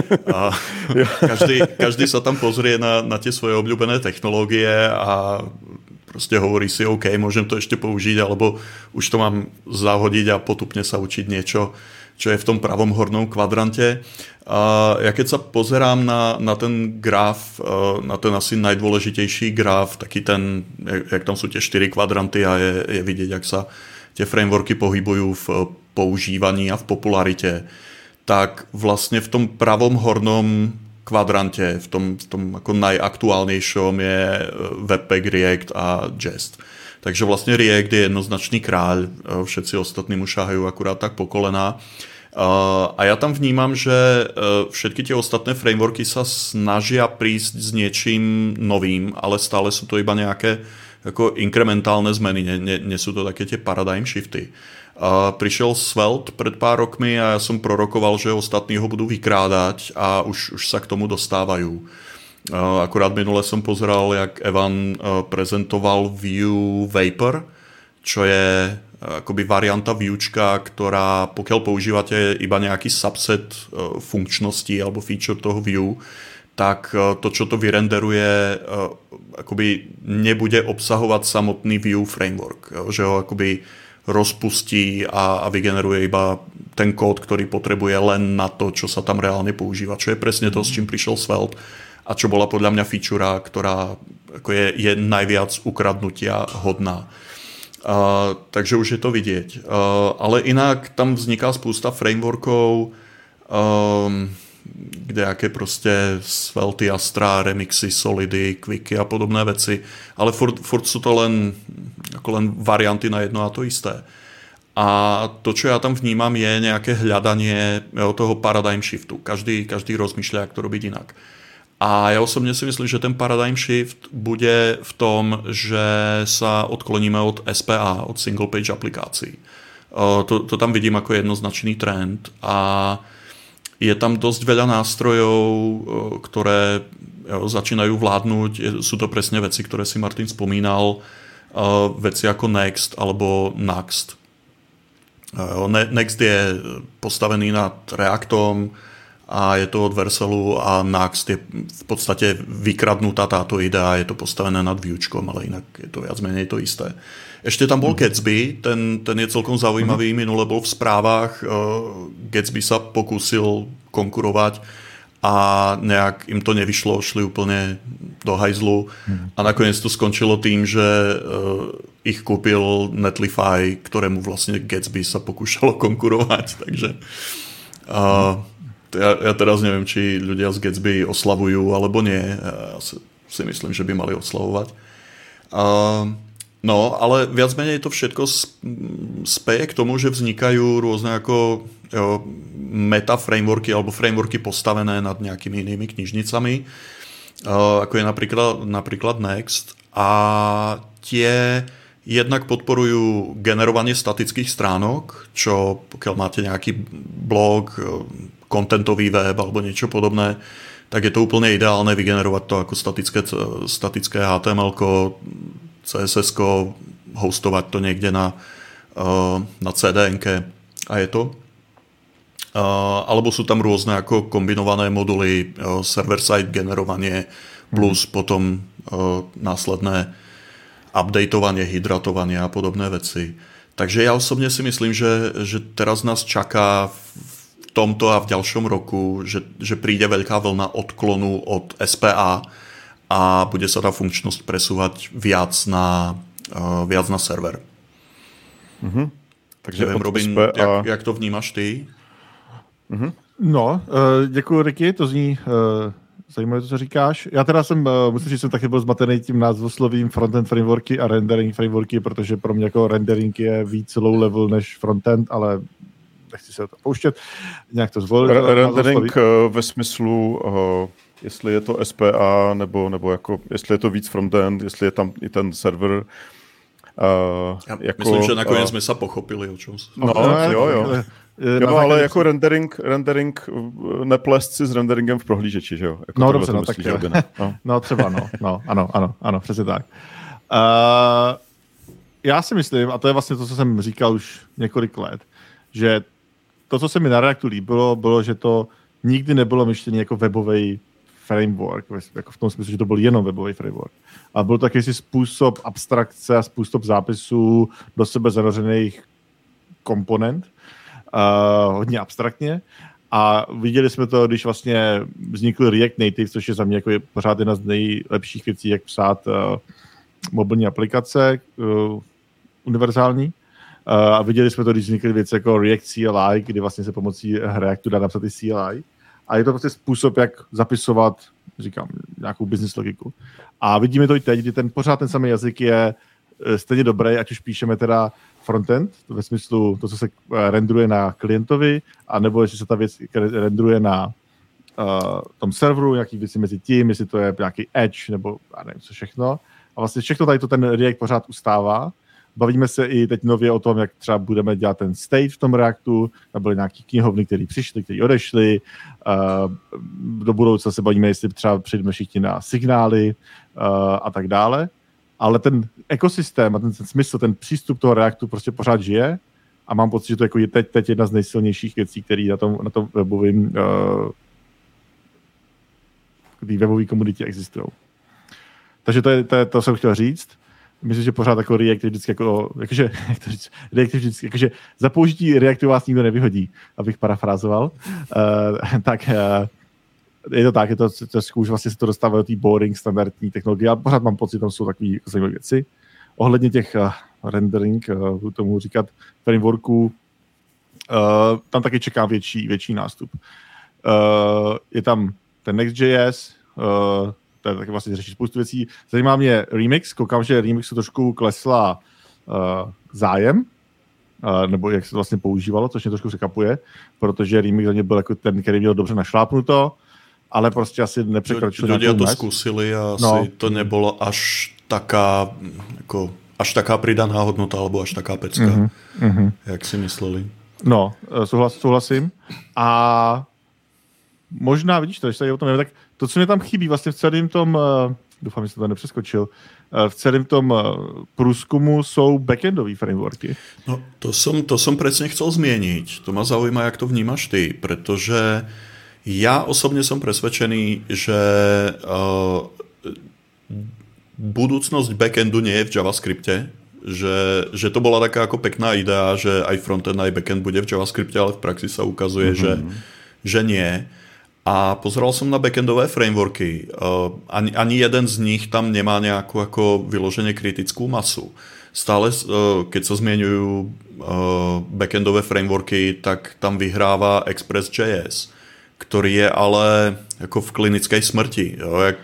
Každý sa tam pozrie na tie svoje obľúbené technológie a proste hovorí si, OK, môžem to ešte použiť, alebo už to mám zahodiť a potupne sa učiť niečo, čo je v tom pravom hornom kvadrante. Ja keď sa pozerám na ten graf, na ten asi najdôležitejší graf, taký ten, jak tam sú tie 4 kvadranty a je vidieť, jak sa tie frameworky pohybujú v používaní a v popularite, tak vlastne v tom pravom hornom kvadrante, v tom ako najaktuálnejšom je Webpack, React a Jest. Takže vlastne React je jednoznačný kráľ, všetci ostatní mu šahajú akurát tak po kolená. A ja tam vnímam, že všetky tie ostatné frameworky sa snažia prísť s niečím novým, ale stále sú to iba nejaké ako inkrementálne zmeny, nie sú to také tie paradigm shifty. Prišiel Svelte pred pár rokmi a ja som prorokoval, že ostatní ho budú vykrádať a už sa k tomu dostávajú. Akurát minule som pozeral, jak Evan prezentoval Vue Vapor, čo je akoby varianta Vuečka, ktorá pokiaľ používate iba nejaký subset funkčností alebo feature toho Vue, tak to, čo to vyrenderuje, akoby nebude obsahovať samotný Vue framework, že ho akoby rozpustí a vygeneruje iba ten kód, ktorý potrebuje len na to, čo sa tam reálne používa, čo je presne to, s čím prišiel Svelte a čo bola podľa mňa feature, ktorá ako je najviac ukradnutia hodná. Takže už je to vidieť. Ale inak tam vzniká spústa frameworkov, kdejaké proste Svelty, Astra, Remixy, Solidy, Quicky a podobné veci. Ale furt sú to len varianty na jedno a to isté. A to, čo ja tam vnímam, je nejaké hľadanie toho paradigm shiftu. Každý rozmýšľa, jak to robiť inak. A ja osobne si myslím, že ten paradigm shift bude v tom, že sa odkloníme od SPA, od single page aplikácií. To tam vidím ako jednoznačný trend a je tam dosť veľa nástrojov, ktoré začínajú vládnuť. Sú to presne veci, ktoré si Martin spomínal, veci ako Next alebo Nuxt. Next je postavený nad Reactom a je to od Vercelu a Nuxt je v podstate vykradnutá táto idea, je to postavené nad Vuečkom, ale inak je to viac menej to isté. Ešte tam bol Gatsby, ten je celkom zaujímavý, minule bol v správach, Gatsby sa pokúsil konkurovať a nejak im to nevyšlo, šli úplne do hajzlu a nakoniec to skončilo tým, že ich kúpil Netlify, ktorému vlastne Gatsby sa pokúšalo konkurovať, takže ja teraz neviem, či ľudia z Gatsby oslavujú alebo nie, ja si myslím, že by mali oslavovať. No, ale viac menej to všetko speje k tomu, že vznikajú rôzne ako meta frameworky alebo frameworky postavené nad nejakými inými knižnicami, ako je napríklad Next, a tie jednak podporujú generovanie statických stránok, čo pokiaľ máte nejaký blog, kontentový web alebo niečo podobné, tak je to úplne ideálne vygenerovať to ako statické HTML-ko, CSS-ko, hostovať to niekde na CDN-ke a je to. Alebo sú tam rôzne ako kombinované moduly, server-side generovanie plus potom následné updateovanie, hydratovanie a podobné veci. Takže ja osobne si myslím, že teraz nás čaká v tomto a v ďalšom roku, že príde veľká vlna odklonu od SPA a bude sa tá funkčnosť presúvať viac na server. Takže neviem, Robin, jak to vnímaš ty? No, děkuji, Ricky, to zní zajímavé, to, co říkáš. Já teda musím říct, že jsem taky byl zmatený tím názvoslovím frontend frameworky a rendering frameworky, protože pro mě jako rendering je víc low level než frontend, ale nechci se to pouštět. Nějak to zvolil. Rendering ve smyslu, jestli je to SPA, nebo jako, jestli je to víc frontend, jestli je tam i ten server. Myslím, že nakonec jsme se pochopili, o čem. Jo. Jo, ale jako rendering neplést si s renderingem v prohlížeči, že jo? Jako no dobře, tak no třeba, ano, přesně tak. Já si myslím, a to je vlastně to, co jsem říkal už několik let, že to, co se mi na Reactu líbilo, bylo, že to nikdy nebylo myšlené jako webový framework, jako v tom smyslu, že to byl jenom webový framework. A byl to takový způsob abstrakce a způsob zápisů do sebe zanořených komponent, hodně abstraktně. A viděli jsme to, když vlastně vznikl React Native, což je za mě jako je pořád jedna z nejlepších věcí, jak psát mobilní aplikace univerzální. A viděli jsme to, když vznikly věci jako React CLI, kdy vlastně se pomocí Reactu dá napsat i CLI. A je to prostě způsob, jak zapisovat, říkám, nějakou business logiku. A vidíme to i teď, kdy pořád ten samý jazyk je stejně dobrý, ať už píšeme teda frontend, ve smyslu to, co se rendruje na klientovi, anebo jestli se ta věc rendruje na tom serveru, nějaký věci mezi tím, jestli to je nějaký edge, nebo já nevím, co všechno. A vlastně všechno tady to ten React pořád ustává. Bavíme se i teď nově o tom, jak třeba budeme dělat ten state v tom Reactu, tam byly nějaký knihovny, které přišly, které odešly. Do budoucna se bavíme, jestli třeba přejdeme všichni na signály a tak dále. Ale ten ekosystém a ten smysl, ten přístup toho Reactu prostě pořád žije a mám pocit, že to jako je teď jedna z nejsilnějších věcí, které na tom webovém webové komunitě existují. Takže to jsem chtěl říct. Myslím, že pořád jako React je vždycky jakože React je vždycky, jakože za použití Reactu vás nikdo nevyhodí, abych parafrázoval. Tak je to tak, je to už vlastně se to dostává do té boring standardní technologie, ale pořád mám pocit, že tam jsou takové jako zajímavé věci. Ohledně těch rendering, budu tomu říkat, frameworků, tam taky čekám větší nástup. Je tam ten Next.js, to je taky vlastně řešit spoustu věcí. Zajímá mě Remix, koukám, že Remixu trošku klesla zájem, nebo jak se to vlastně používalo, což mě trošku překvapuje, protože Remix za mě byl jako ten, který měl dobře našlápnuto, ale prostě asi nepřekročil nějakou mez. Ľudia to skúsili a asi to nebylo až taká pridaná hodnota, alebo až taká pecka, jak si mysleli. No, souhlasím. A možná, vidíš to, když tady o tom nevím, tak to, co mě tam chybí vlastně v celém tom, doufám, že jsem to nepřeskočil, v celém tom průzkumu jsou backendové frameworky. No, to som presne chcel zmieniť. To ma zaujíma, jak to vnímaš ty, pretože ja osobne som presvedčený, že budúcnosť backendu nie je v JavaScripte, že to bola taká ako pekná idea, že aj frontend, aj backend bude v JavaScripte, ale v praxi sa ukazuje, že nie. A pozeral som na backendové frameworky. Ani jeden z nich tam nemá nejakú ako vyložene kritickú masu. Stále, keď sa zmieňujú backendové frameworky, tak tam vyhráva Express.js, ktorý je ale ako v klinickej smrti.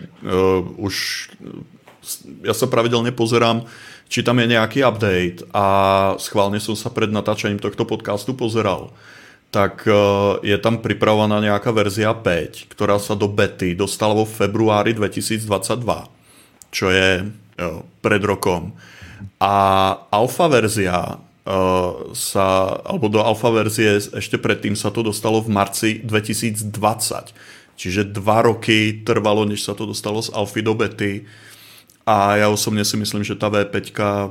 Ja sa pravidelne pozerám, či tam je nejaký update a schválne som sa pred natáčaním tohto podcastu pozeral. Tak je tam pripravovaná nejaká verzia 5, ktorá sa do bety dostala vo februári 2022, čo je pred rokom. A alfa verzia alebo do alfa verzie ešte predtým sa to dostalo v marci 2020. Čiže 2 roky trvalo, než sa to dostalo z alfy do bety. A ja osobne si myslím, že tá V5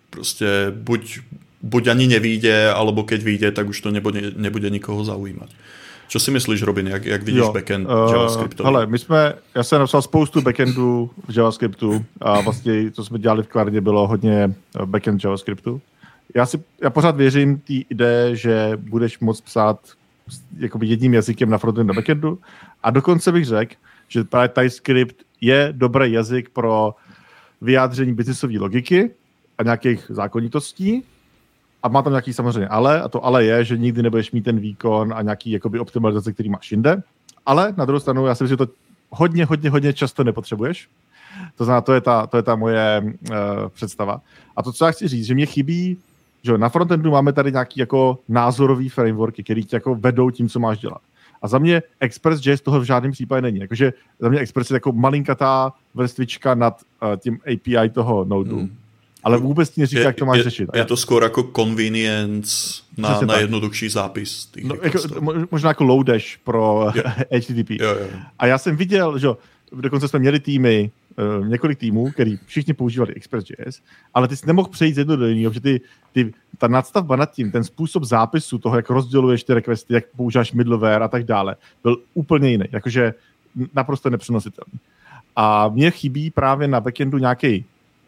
proste buď ani nevíde, alebo keď vyjde, tak už to nebude nikoho zaujímať. Čo si myslíš, Robin, jak vidíš backend JavaScriptu? Hele, já jsem napsal spoustu backendů v JavaScriptu a vlastně, co jsme dělali v Kvardě, bylo hodně backend JavaScriptu. Já pořád věřím té ideje, že budeš moct psát jakoby jedním jazykem na frontendu na backendu a dokonce bych řekl, že právě TypeScript je dobrý jazyk pro vyjádření businessové logiky a nějakých zákonitostí. A má tam nějaký samozřejmě ale, a to ale je, že nikdy nebudeš mít ten výkon a nějaký jakoby optimalizace, který máš jinde. Ale na druhou stranu, já si myslím, že to hodně často nepotřebuješ. To znamená, to je ta moje představa. A to, co já chci říct, že mě chybí, že na frontendu máme tady nějaký jako názorový frameworky, který tě jako vedou tím, co máš dělat. A za mě Express.js toho v žádném případě není. Jakože za mě Express je jako malinkatá vrstvička nad tím API toho nodu. Ale vůbec ti neříká, jak to máš řešit. Je to skoro jako convenience na jednoduchší zápis. Možná jako Lodash pro HTTP. Jo. A já jsem viděl, že dokonce jsme měli týmy, několik týmů, který všichni používali Express.js, ale ty jsi nemohl přejít z jednoho do jiného, protože ta nadstavba nad tím, ten způsob zápisu toho, jak rozděluješ ty requesty, jak používáš middleware a tak dále, byl úplně jiný. Jakože naprosto nepřenositelný. A mně chybí právě na backendu nějaký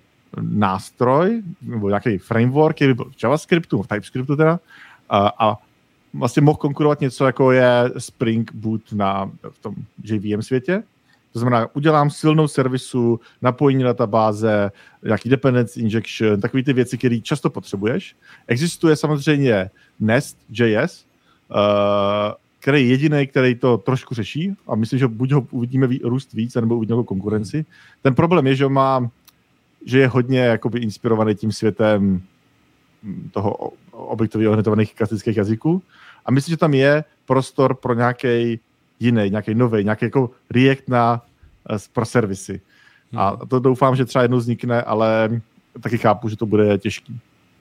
nástroj, nebo nějaký framework, který by byl v JavaScriptu, v TypeScriptu teda, a vlastně mohl konkurovat něco, jako je Spring Boot v tom JVM světě. To znamená, udělám silnou servisu, napojení databáze, nějaký dependency injection, takové ty věci, které často potřebuješ. Existuje samozřejmě Nest.js, který je jediný, který to trošku řeší a myslím, že buď ho uvidíme růst víc, nebo uvidíme ho konkurenci. Ten problém je, že je hodně jakoby inspirovaný tím světem toho objektově orientovaných klasických jazyků a myslím, že tam je prostor pro nějaký jiný, nějaký nový, nějaký jako React pro servisy. A to doufám, že třeba jednou vznikne, ale taky chápu, že to bude těžký.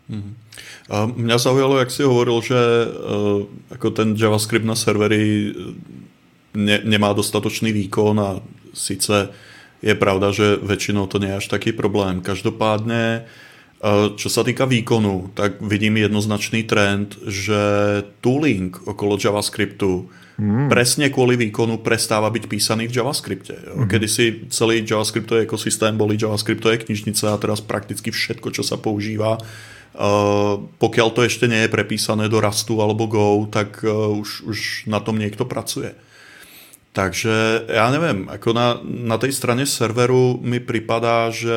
A mňa zaujalo, jak si hovoril, že ako ten JavaScript na servery nemá dostatočný výkon a síce je pravda, že väčšinou to nie je až taký problém. Každopádne, čo sa týka výkonu, tak vidím jednoznačný trend, že tooling okolo JavaScriptu presne kvôli výkonu prestáva byť písaný v JavaScripte. Kedysi celý JavaScriptový ekosystém boli JavaScriptové knižnice a teraz prakticky všetko, čo sa používa, pokiaľ to ešte nie je prepísané do Rustu alebo Go, tak už na tom niekto pracuje. Takže ja neviem, ako na tej strane serveru mi pripadá, že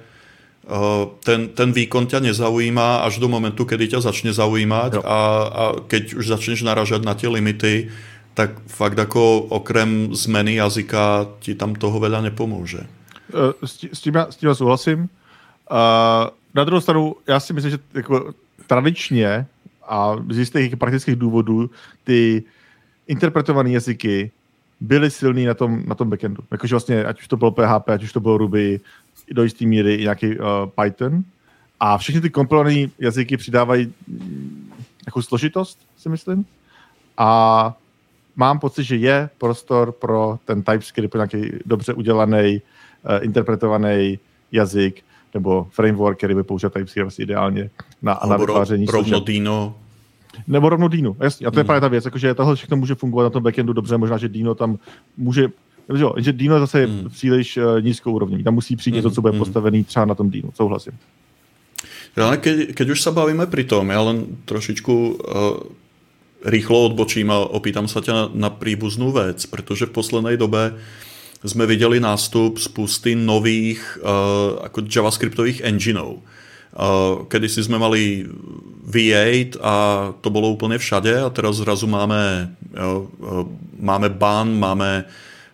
ten výkon ťa nezaujíma až do momentu, kedy ťa začne zaujímať a keď už začneš naražať na tie limity, tak fakt ako okrem zmeny jazyka ti tam toho veľa nepomôže. S tím já souhlasím. Na druhou stranu, já si myslím, že jako tradičně a z jistých praktických důvodů ty interpretované jazyky byly silný na tom backendu. Jakože vlastně, ať už to bylo PHP, ať už to bylo Ruby, do jistý míry i nějaký Python. A všechny ty kompilované jazyky přidávají nějakou složitost, si myslím. A mám pocit, že je prostor pro ten TypeScript, nějaký dobře udělaný, interpretovaný jazyk, nebo framework, který by použil TypeScript ideálně na vytváření služeb. Dino. Nebo rovnou Dino, jasně. A to je právě ta věc, jakože tohle všechno může fungovat na tom backendu dobře, možná, že Dino tam může, že Dino zase je příliš nízkou úrovní. Tam musí přijít něco, co bude postavený třeba na tom Dino, souhlasím. Ale keď už sa bavíme pri tom, ja len trošičku rýchlo odbočím a opýtam sa ťa na príbuznú vec, pretože v poslednej dobe sme videli nástup spusty nových ako javascriptových engineov. Kedysi sme mali V8 a to bolo úplne všade a teraz zrazu máme BAN, máme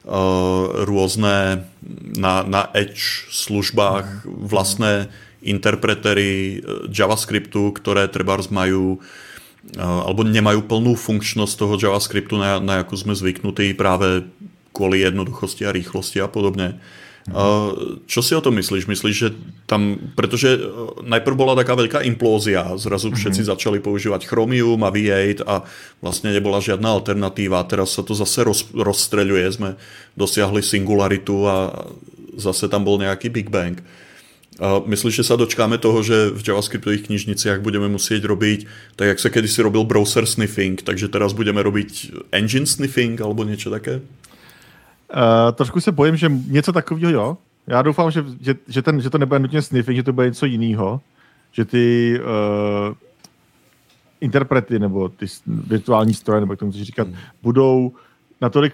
rôzne na Edge službách vlastné interpretery JavaScriptu, ktoré trebárs majú alebo nemajú plnú funkčnosť toho JavaScriptu, na jakú sme zvyknutí práve kvôli jednoduchosti a rýchlosti a podobne. Čo si o tom myslíš? Myslíš, že tam, pretože najprv bola taká veľká implózia, zrazu všetci začali používať Chromium a V8 a vlastne nebola žiadna alternatíva. Teraz sa to zase rozstreľuje, sme dosiahli singularitu a zase tam bol nejaký Big Bang. A myslíš, že sa dočkáme toho, že v JavaScriptových knižniciach budeme musieť robiť, tak jak sa kedysi robil browser sniffing, takže teraz budeme robiť engine sniffing alebo niečo také? Trošku se bojím, že něco takového, jo. Já doufám, že to nebude nutně sniffing, že to bude něco jiného, že ty interprety nebo ty virtuální stroje, nebo jak tomu chceš říkat, budou natolik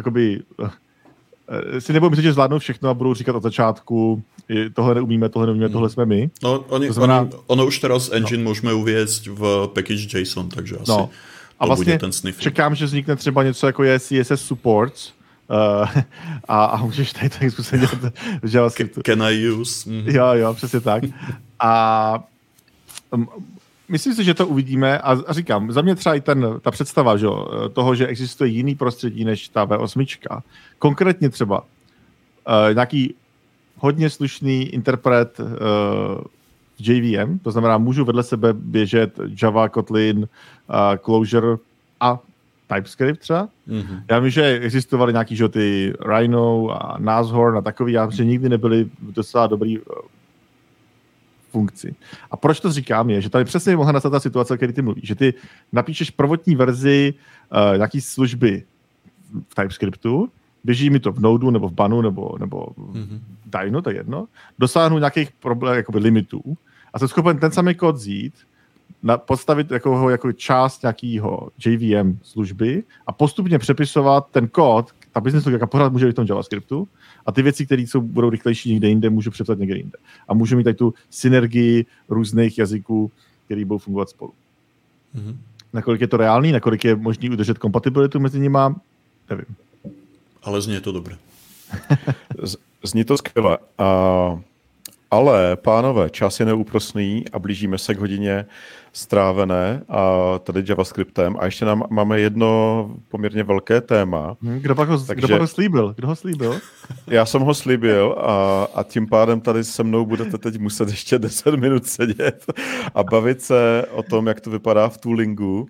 si nebudou myslet, že zvládnou všechno a budou říkat od začátku, tohle neumíme, tohle jsme my. No, ono už teraz engine můžeme uviesť v package.json, takže asi to vlastně bude ten sniffing. Čekám, že vznikne třeba něco jako je CSS supports, a můžeš tady tak zkusit dělat v JavaScriptu. Can I use? Jo, přesně tak. A myslím si, že to uvidíme a říkám, za mě třeba i ta představa, že, toho, že existuje jiný prostředí než ta V8. Konkrétně třeba nějaký hodně slušný interpret v JVM, to znamená, můžu vedle sebe běžet Java, Kotlin, Clojure a TypeScript třeba. Mm-hmm. Já vím, že existovaly nějaký ty Rhino a Nashorn a takový, já že nikdy nebyly docela dobrý funkci. A proč to říkám je, že tady přesně mohla nastat ta situace, o které ty mluvíš, že ty napíšeš prvotní verzi nějaký služby v TypeScriptu, běží mi to v Node nebo v Banu nebo Dino, to je jedno, dosáhnu nějakých limitů a jsem schopen ten samý kód vzít, podstavit jako část nějakého JVM služby a postupně přepisovat ten kód, ta business logika pořád může být v tom JavaScriptu a ty věci, které budou rychlejší někde jinde, můžu přepsat někde jinde. A můžu mít tady tu synergii různých jazyků, které budou fungovat spolu. Mm-hmm. Nakolik je to reálný, nakolik je možný udržet kompatibilitu mezi nimi, nevím. Ale zní to dobře. Zní to skvěle. Ale, pánové, čas je neúprosný a blížíme se k hodině strávené a tady JavaScriptem. A ještě máme jedno poměrně velké téma. Kdo pak ho slíbil? Kdo ho slíbil? Já jsem ho slíbil a tím pádem tady se mnou budete teď muset ještě 10 minut sedět a bavit se o tom, jak to vypadá v toolingu.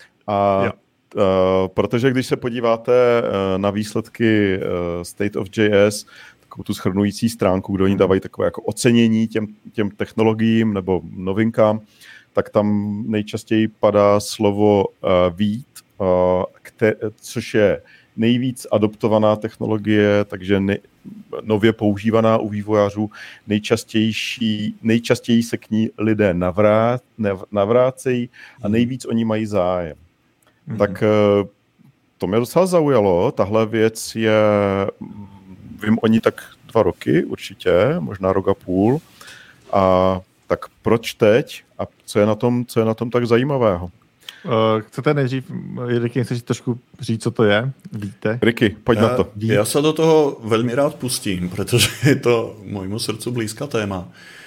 Protože když se podíváte na výsledky State of JS, takovou tu shrnující stránku, kde oni dávají takové jako ocenění těm technologiím nebo novinkám, tak tam nejčastěji padá slovo Vite, což je nejvíc adoptovaná technologie, takže nově používaná u vývojářů, nejčastěji se k ní lidé navrácejí a nejvíc oni mají zájem. Mm-hmm. Tak to mě docela zaujalo, tahle věc je... Vím o ní tak 2 roky určitě, možná rok a půl. A tak proč teď? A co je na tom tak zajímavého? Chcete nejdřív, Ricky, chceš trošku říct, co to je? Víte? Ricky, pojď na to. Já se do toho velmi rád pustím, protože je to môjmu srdcu blízká téma.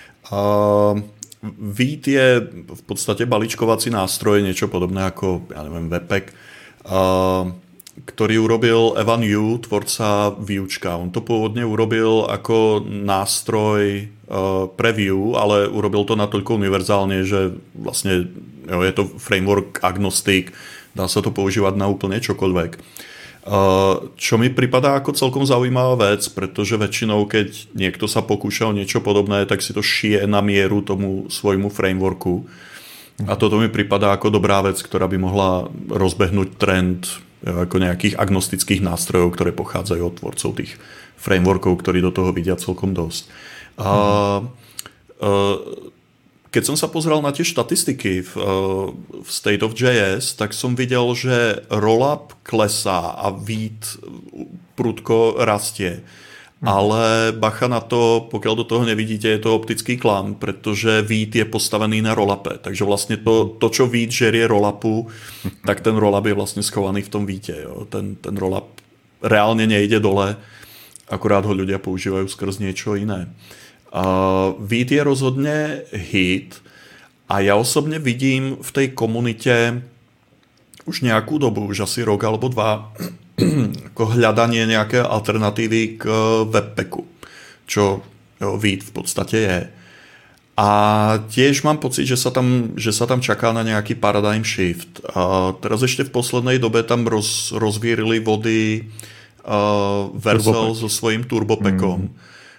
Vite je v podstatě balíčkovací nástroj, niečo podobné jako, ja neviem, Webpack, ktorý urobil Evan You, tvorca Vuečka. On to pôvodne urobil ako nástroj pre Vue, ale urobil to natoľko univerzálne, že vlastne je to framework agnostic, dá sa to používať na úplne čokoľvek. Čo mi pripadá ako celkom zaujímavá vec, pretože väčšinou, keď niekto sa pokúša o niečo podobné, tak si to šije na mieru tomu svojmu frameworku. A toto mi pripadá ako dobrá vec, ktorá by mohla rozbehnúť trend ako nejakých agnostických nástrojov, ktoré pochádzajú od tvorcov tých frameworkov, ktorí do toho vidia celkom dosť. Keď som sa pozrel na tie štatistiky v State of JS, tak som videl, že rollup klesá a Vite prudko rastie. Ale bacha na to, pokiaľ do toho nevidíte, je to optický klam, pretože Vite je postavený na rollape. Takže vlastne to čo Vite žerie rollapu, tak ten rollup je vlastne schovaný v tom Vite. Jo. Ten rollup reálne nejde dole, akurát ho ľudia používajú skrz niečo iné. Vite je rozhodne hit a ja osobne vidím v tej komunite už nejakú dobu, už asi rok alebo 2, ako hľadanie nejaké alternatívy k Webpacku, čo Vite v podstate je. A tiež mám pocit, že sa tam čaká na nejaký paradigm shift. A teraz ešte v poslednej dobe tam rozvírili vody Vercel so svojím turbopackom.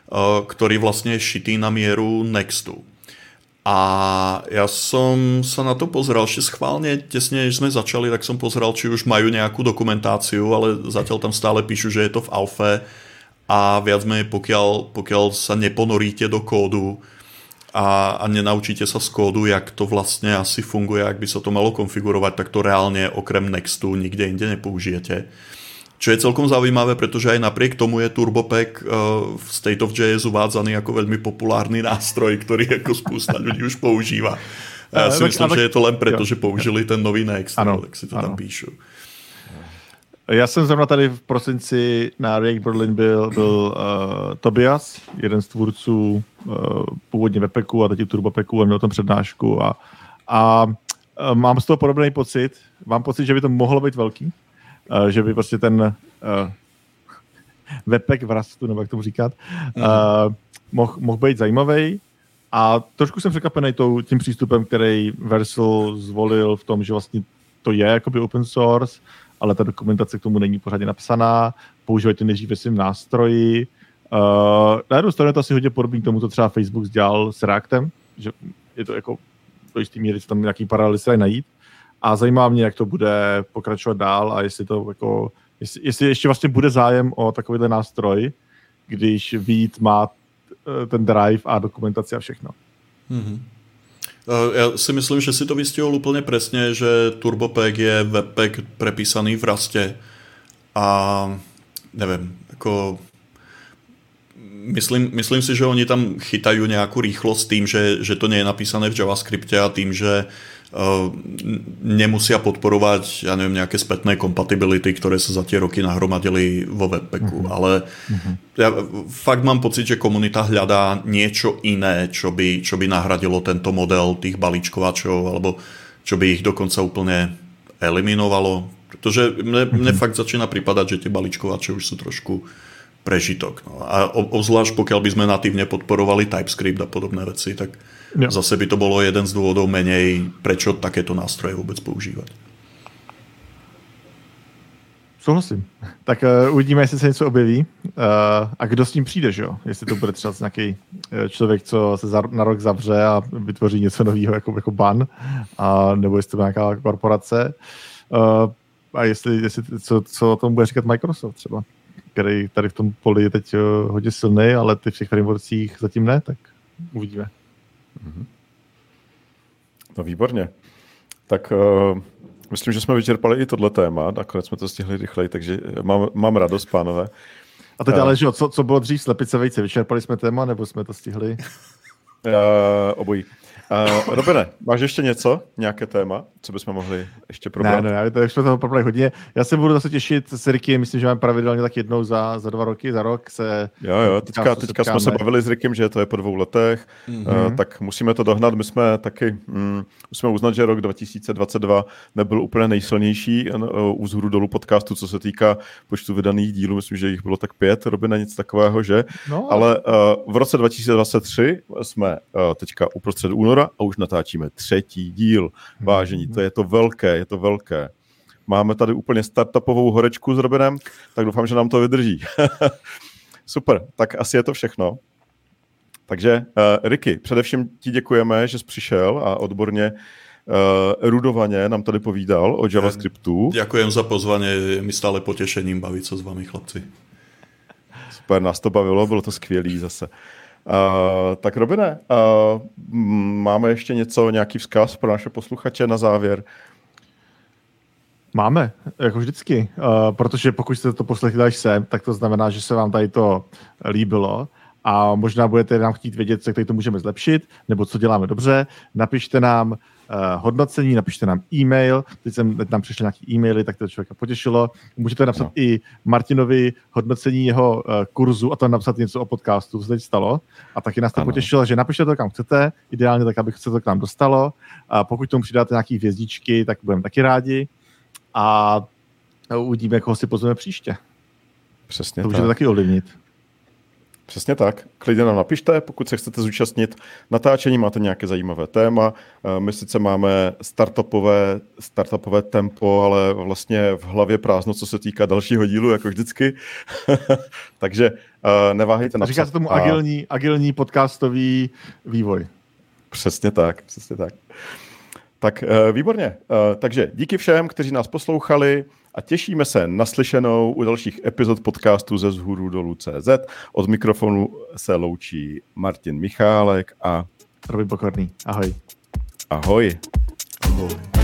ktorý vlastne je šitý na mieru Nextu. A ja som sa na to pozrel ešte schválne, tesne než sme začali, tak som pozrel, či už majú nejakú dokumentáciu, ale zatiaľ tam stále píšu, že je to v alfe a viac menej pokiaľ sa neponoríte do kódu a nenaučíte sa z kódu, jak to vlastne asi funguje, ak by sa to malo konfigurovať, tak to reálne okrem Nextu nikde inde nepoužijete. Čo je celkom zaujímavé, pretože aj napriek tomu je TurboPack v State of JS uvádzaný ako veľmi populárny nástroj, ktorý ako spústa ľudí už používa. A ja si myslím, že je to len preto, že použili ten nový Next, tak si to tam píšu. Já jsem zrovna tady v prosinci na React Berlin byl Tobias, jeden z tvůrců původně Webpacku a teď TurboPacku a měl tam přednášku a mám z toho podobný pocit. Mám pocit, že by to mohlo být velký. Že by prostě ten Webpack v Rustu, nebo jak tomu říkat, mohl být zajímavý. A trošku jsem překvapený tím přístupem, který Vercel zvolil v tom, že vlastně to je jakoby open source, ale ta dokumentace k tomu není pořádně napsaná, používají to nejdřív ve svým nástroji. Na jednu stranu je to asi hodně podobný tomu, co třeba Facebook dělal s Reactem, že je to jako do jistý míry, tam nějaký paralely se dají najít. A zajímá mě, jak to bude pokračovat dál a jestli to jako, jestli ještě vlastně bude zájem o takovýhle nástroj, když Vít má ten drive a dokumentaci a všechno. Mm-hmm. Ja si myslím, že si to vystihol úplne presne, že TurboPack je Webpack prepísaný v Ruste a neviem, ako myslím si, že oni tam chytajú nejakú rýchlosť tým, že to nie je napísané v JavaScripte a tým, že nemusia podporovať, ja neviem, nejaké spätné kompatibility, ktoré sa za tie roky nahromadili vo Webpacku, ale ja fakt mám pocit, že komunita hľadá niečo iné, čo by nahradilo tento model tých balíčkovačov, alebo čo by ich dokonca úplne eliminovalo, pretože mne fakt začína pripadať, že tie balíčkovače už sú trošku prežitok. No. A obzvlášť pokiaľ by sme natívne podporovali TypeScript a podobné veci, tak zase by to bolo jeden z dôvodov menej, prečo takéto nástroje vôbec používať. Souhlasím. Tak uvidíme, jestli se něco objeví a kdo s ním přijde, že jo? Jestli to bude třeba nějaký člověk, co se na rok zavře a vytvoří něco nového jako ban, nebo jestli to bude nějaká korporace a jestli co o tom bude říkat Microsoft třeba, který tady v tom poli je teď hodně silný, ale ty v těch frameworkcích zatím ne, tak uvidíme. No výborně. Tak myslím, že jsme vyčerpali i tohle téma, nakonec jsme to stihli rychleji, takže mám radost, pánové. A teď ale, že co bylo dřív, slepice vejce, vyčerpali jsme téma, nebo jsme to stihli? Obojí. Robine, máš ještě něco? Nějaké téma, co bychom mohli ještě probrat? Ne, to jsme toho probrali hodně. Já se budu zase těšit s Ricky, myslím, že mám pravidelně tak jednou za 2 roky, za rok se... Jo, teďka jsme se bavili s Rickem, že to je po 2 letech, tak musíme to dohnat. My jsme taky, musíme uznat, že rok 2022 nebyl úplně nejsilnější u zhůru dolů podcastu, co se týká počtu vydaných dílů, myslím, že jich bylo tak 5, Robine, nic takového, že? No. Ale v roce 2023 jsme teďka uprostřed února a už natáčíme 3. díl. Vážení, je to velké. Máme tady úplně startupovou horečku s Robinem, tak doufám, že nám to vydrží. Super, tak asi je to všechno. Takže Ricky, především ti děkujeme, že jsi přišel a odborně erudovaně nám tady povídal o JavaScriptu. Ďakujem za pozvanie, je mi stále potešením baviť sa s vami, chlapci. Super, nás to bavilo, bylo to skvělý zase. Tak Robine, máme ještě nějaký vzkaz pro naše posluchače na závěr? Máme, jako vždycky, protože pokud jste to poslechli až sem, tak to znamená, že se vám tady to líbilo a možná budete nám chtít vědět, co tady to můžeme zlepšit, nebo co děláme dobře. Napište nám hodnocení, napište nám e-mail, teď nám přišly nějaký e-maily, tak to člověka potěšilo. Můžete napsat i Martinovi hodnocení jeho kurzu a tam napsat něco o podcastu, co se teď stalo. A taky nás to potěšilo, že napište to, kam chcete, ideálně tak, aby se to k nám dostalo. A pokud tomu přidáte nějaký hvězdičky, tak budeme taky rádi. A uvidíme, koho si pozveme příště. Přesně to můžete taky ovlivnit. Přesně tak. Klidně nám napište, pokud se chcete zúčastnit natáčení, máte nějaké zajímavé téma. My sice máme startupové tempo, ale vlastně v hlavě prázdno, co se týká dalšího dílu, jako vždycky. Takže neváhejte napsat. Říká se tomu agilní podcastový vývoj. Přesně tak. Tak výborně. Takže díky všem, kteří nás poslouchali a těšíme se na slyšenou u dalších epizod podcastu ze Vzhůru dolů CZ. Od mikrofonu se loučí Martin Michálek a Robin Pokorný. Ahoj. Ahoj.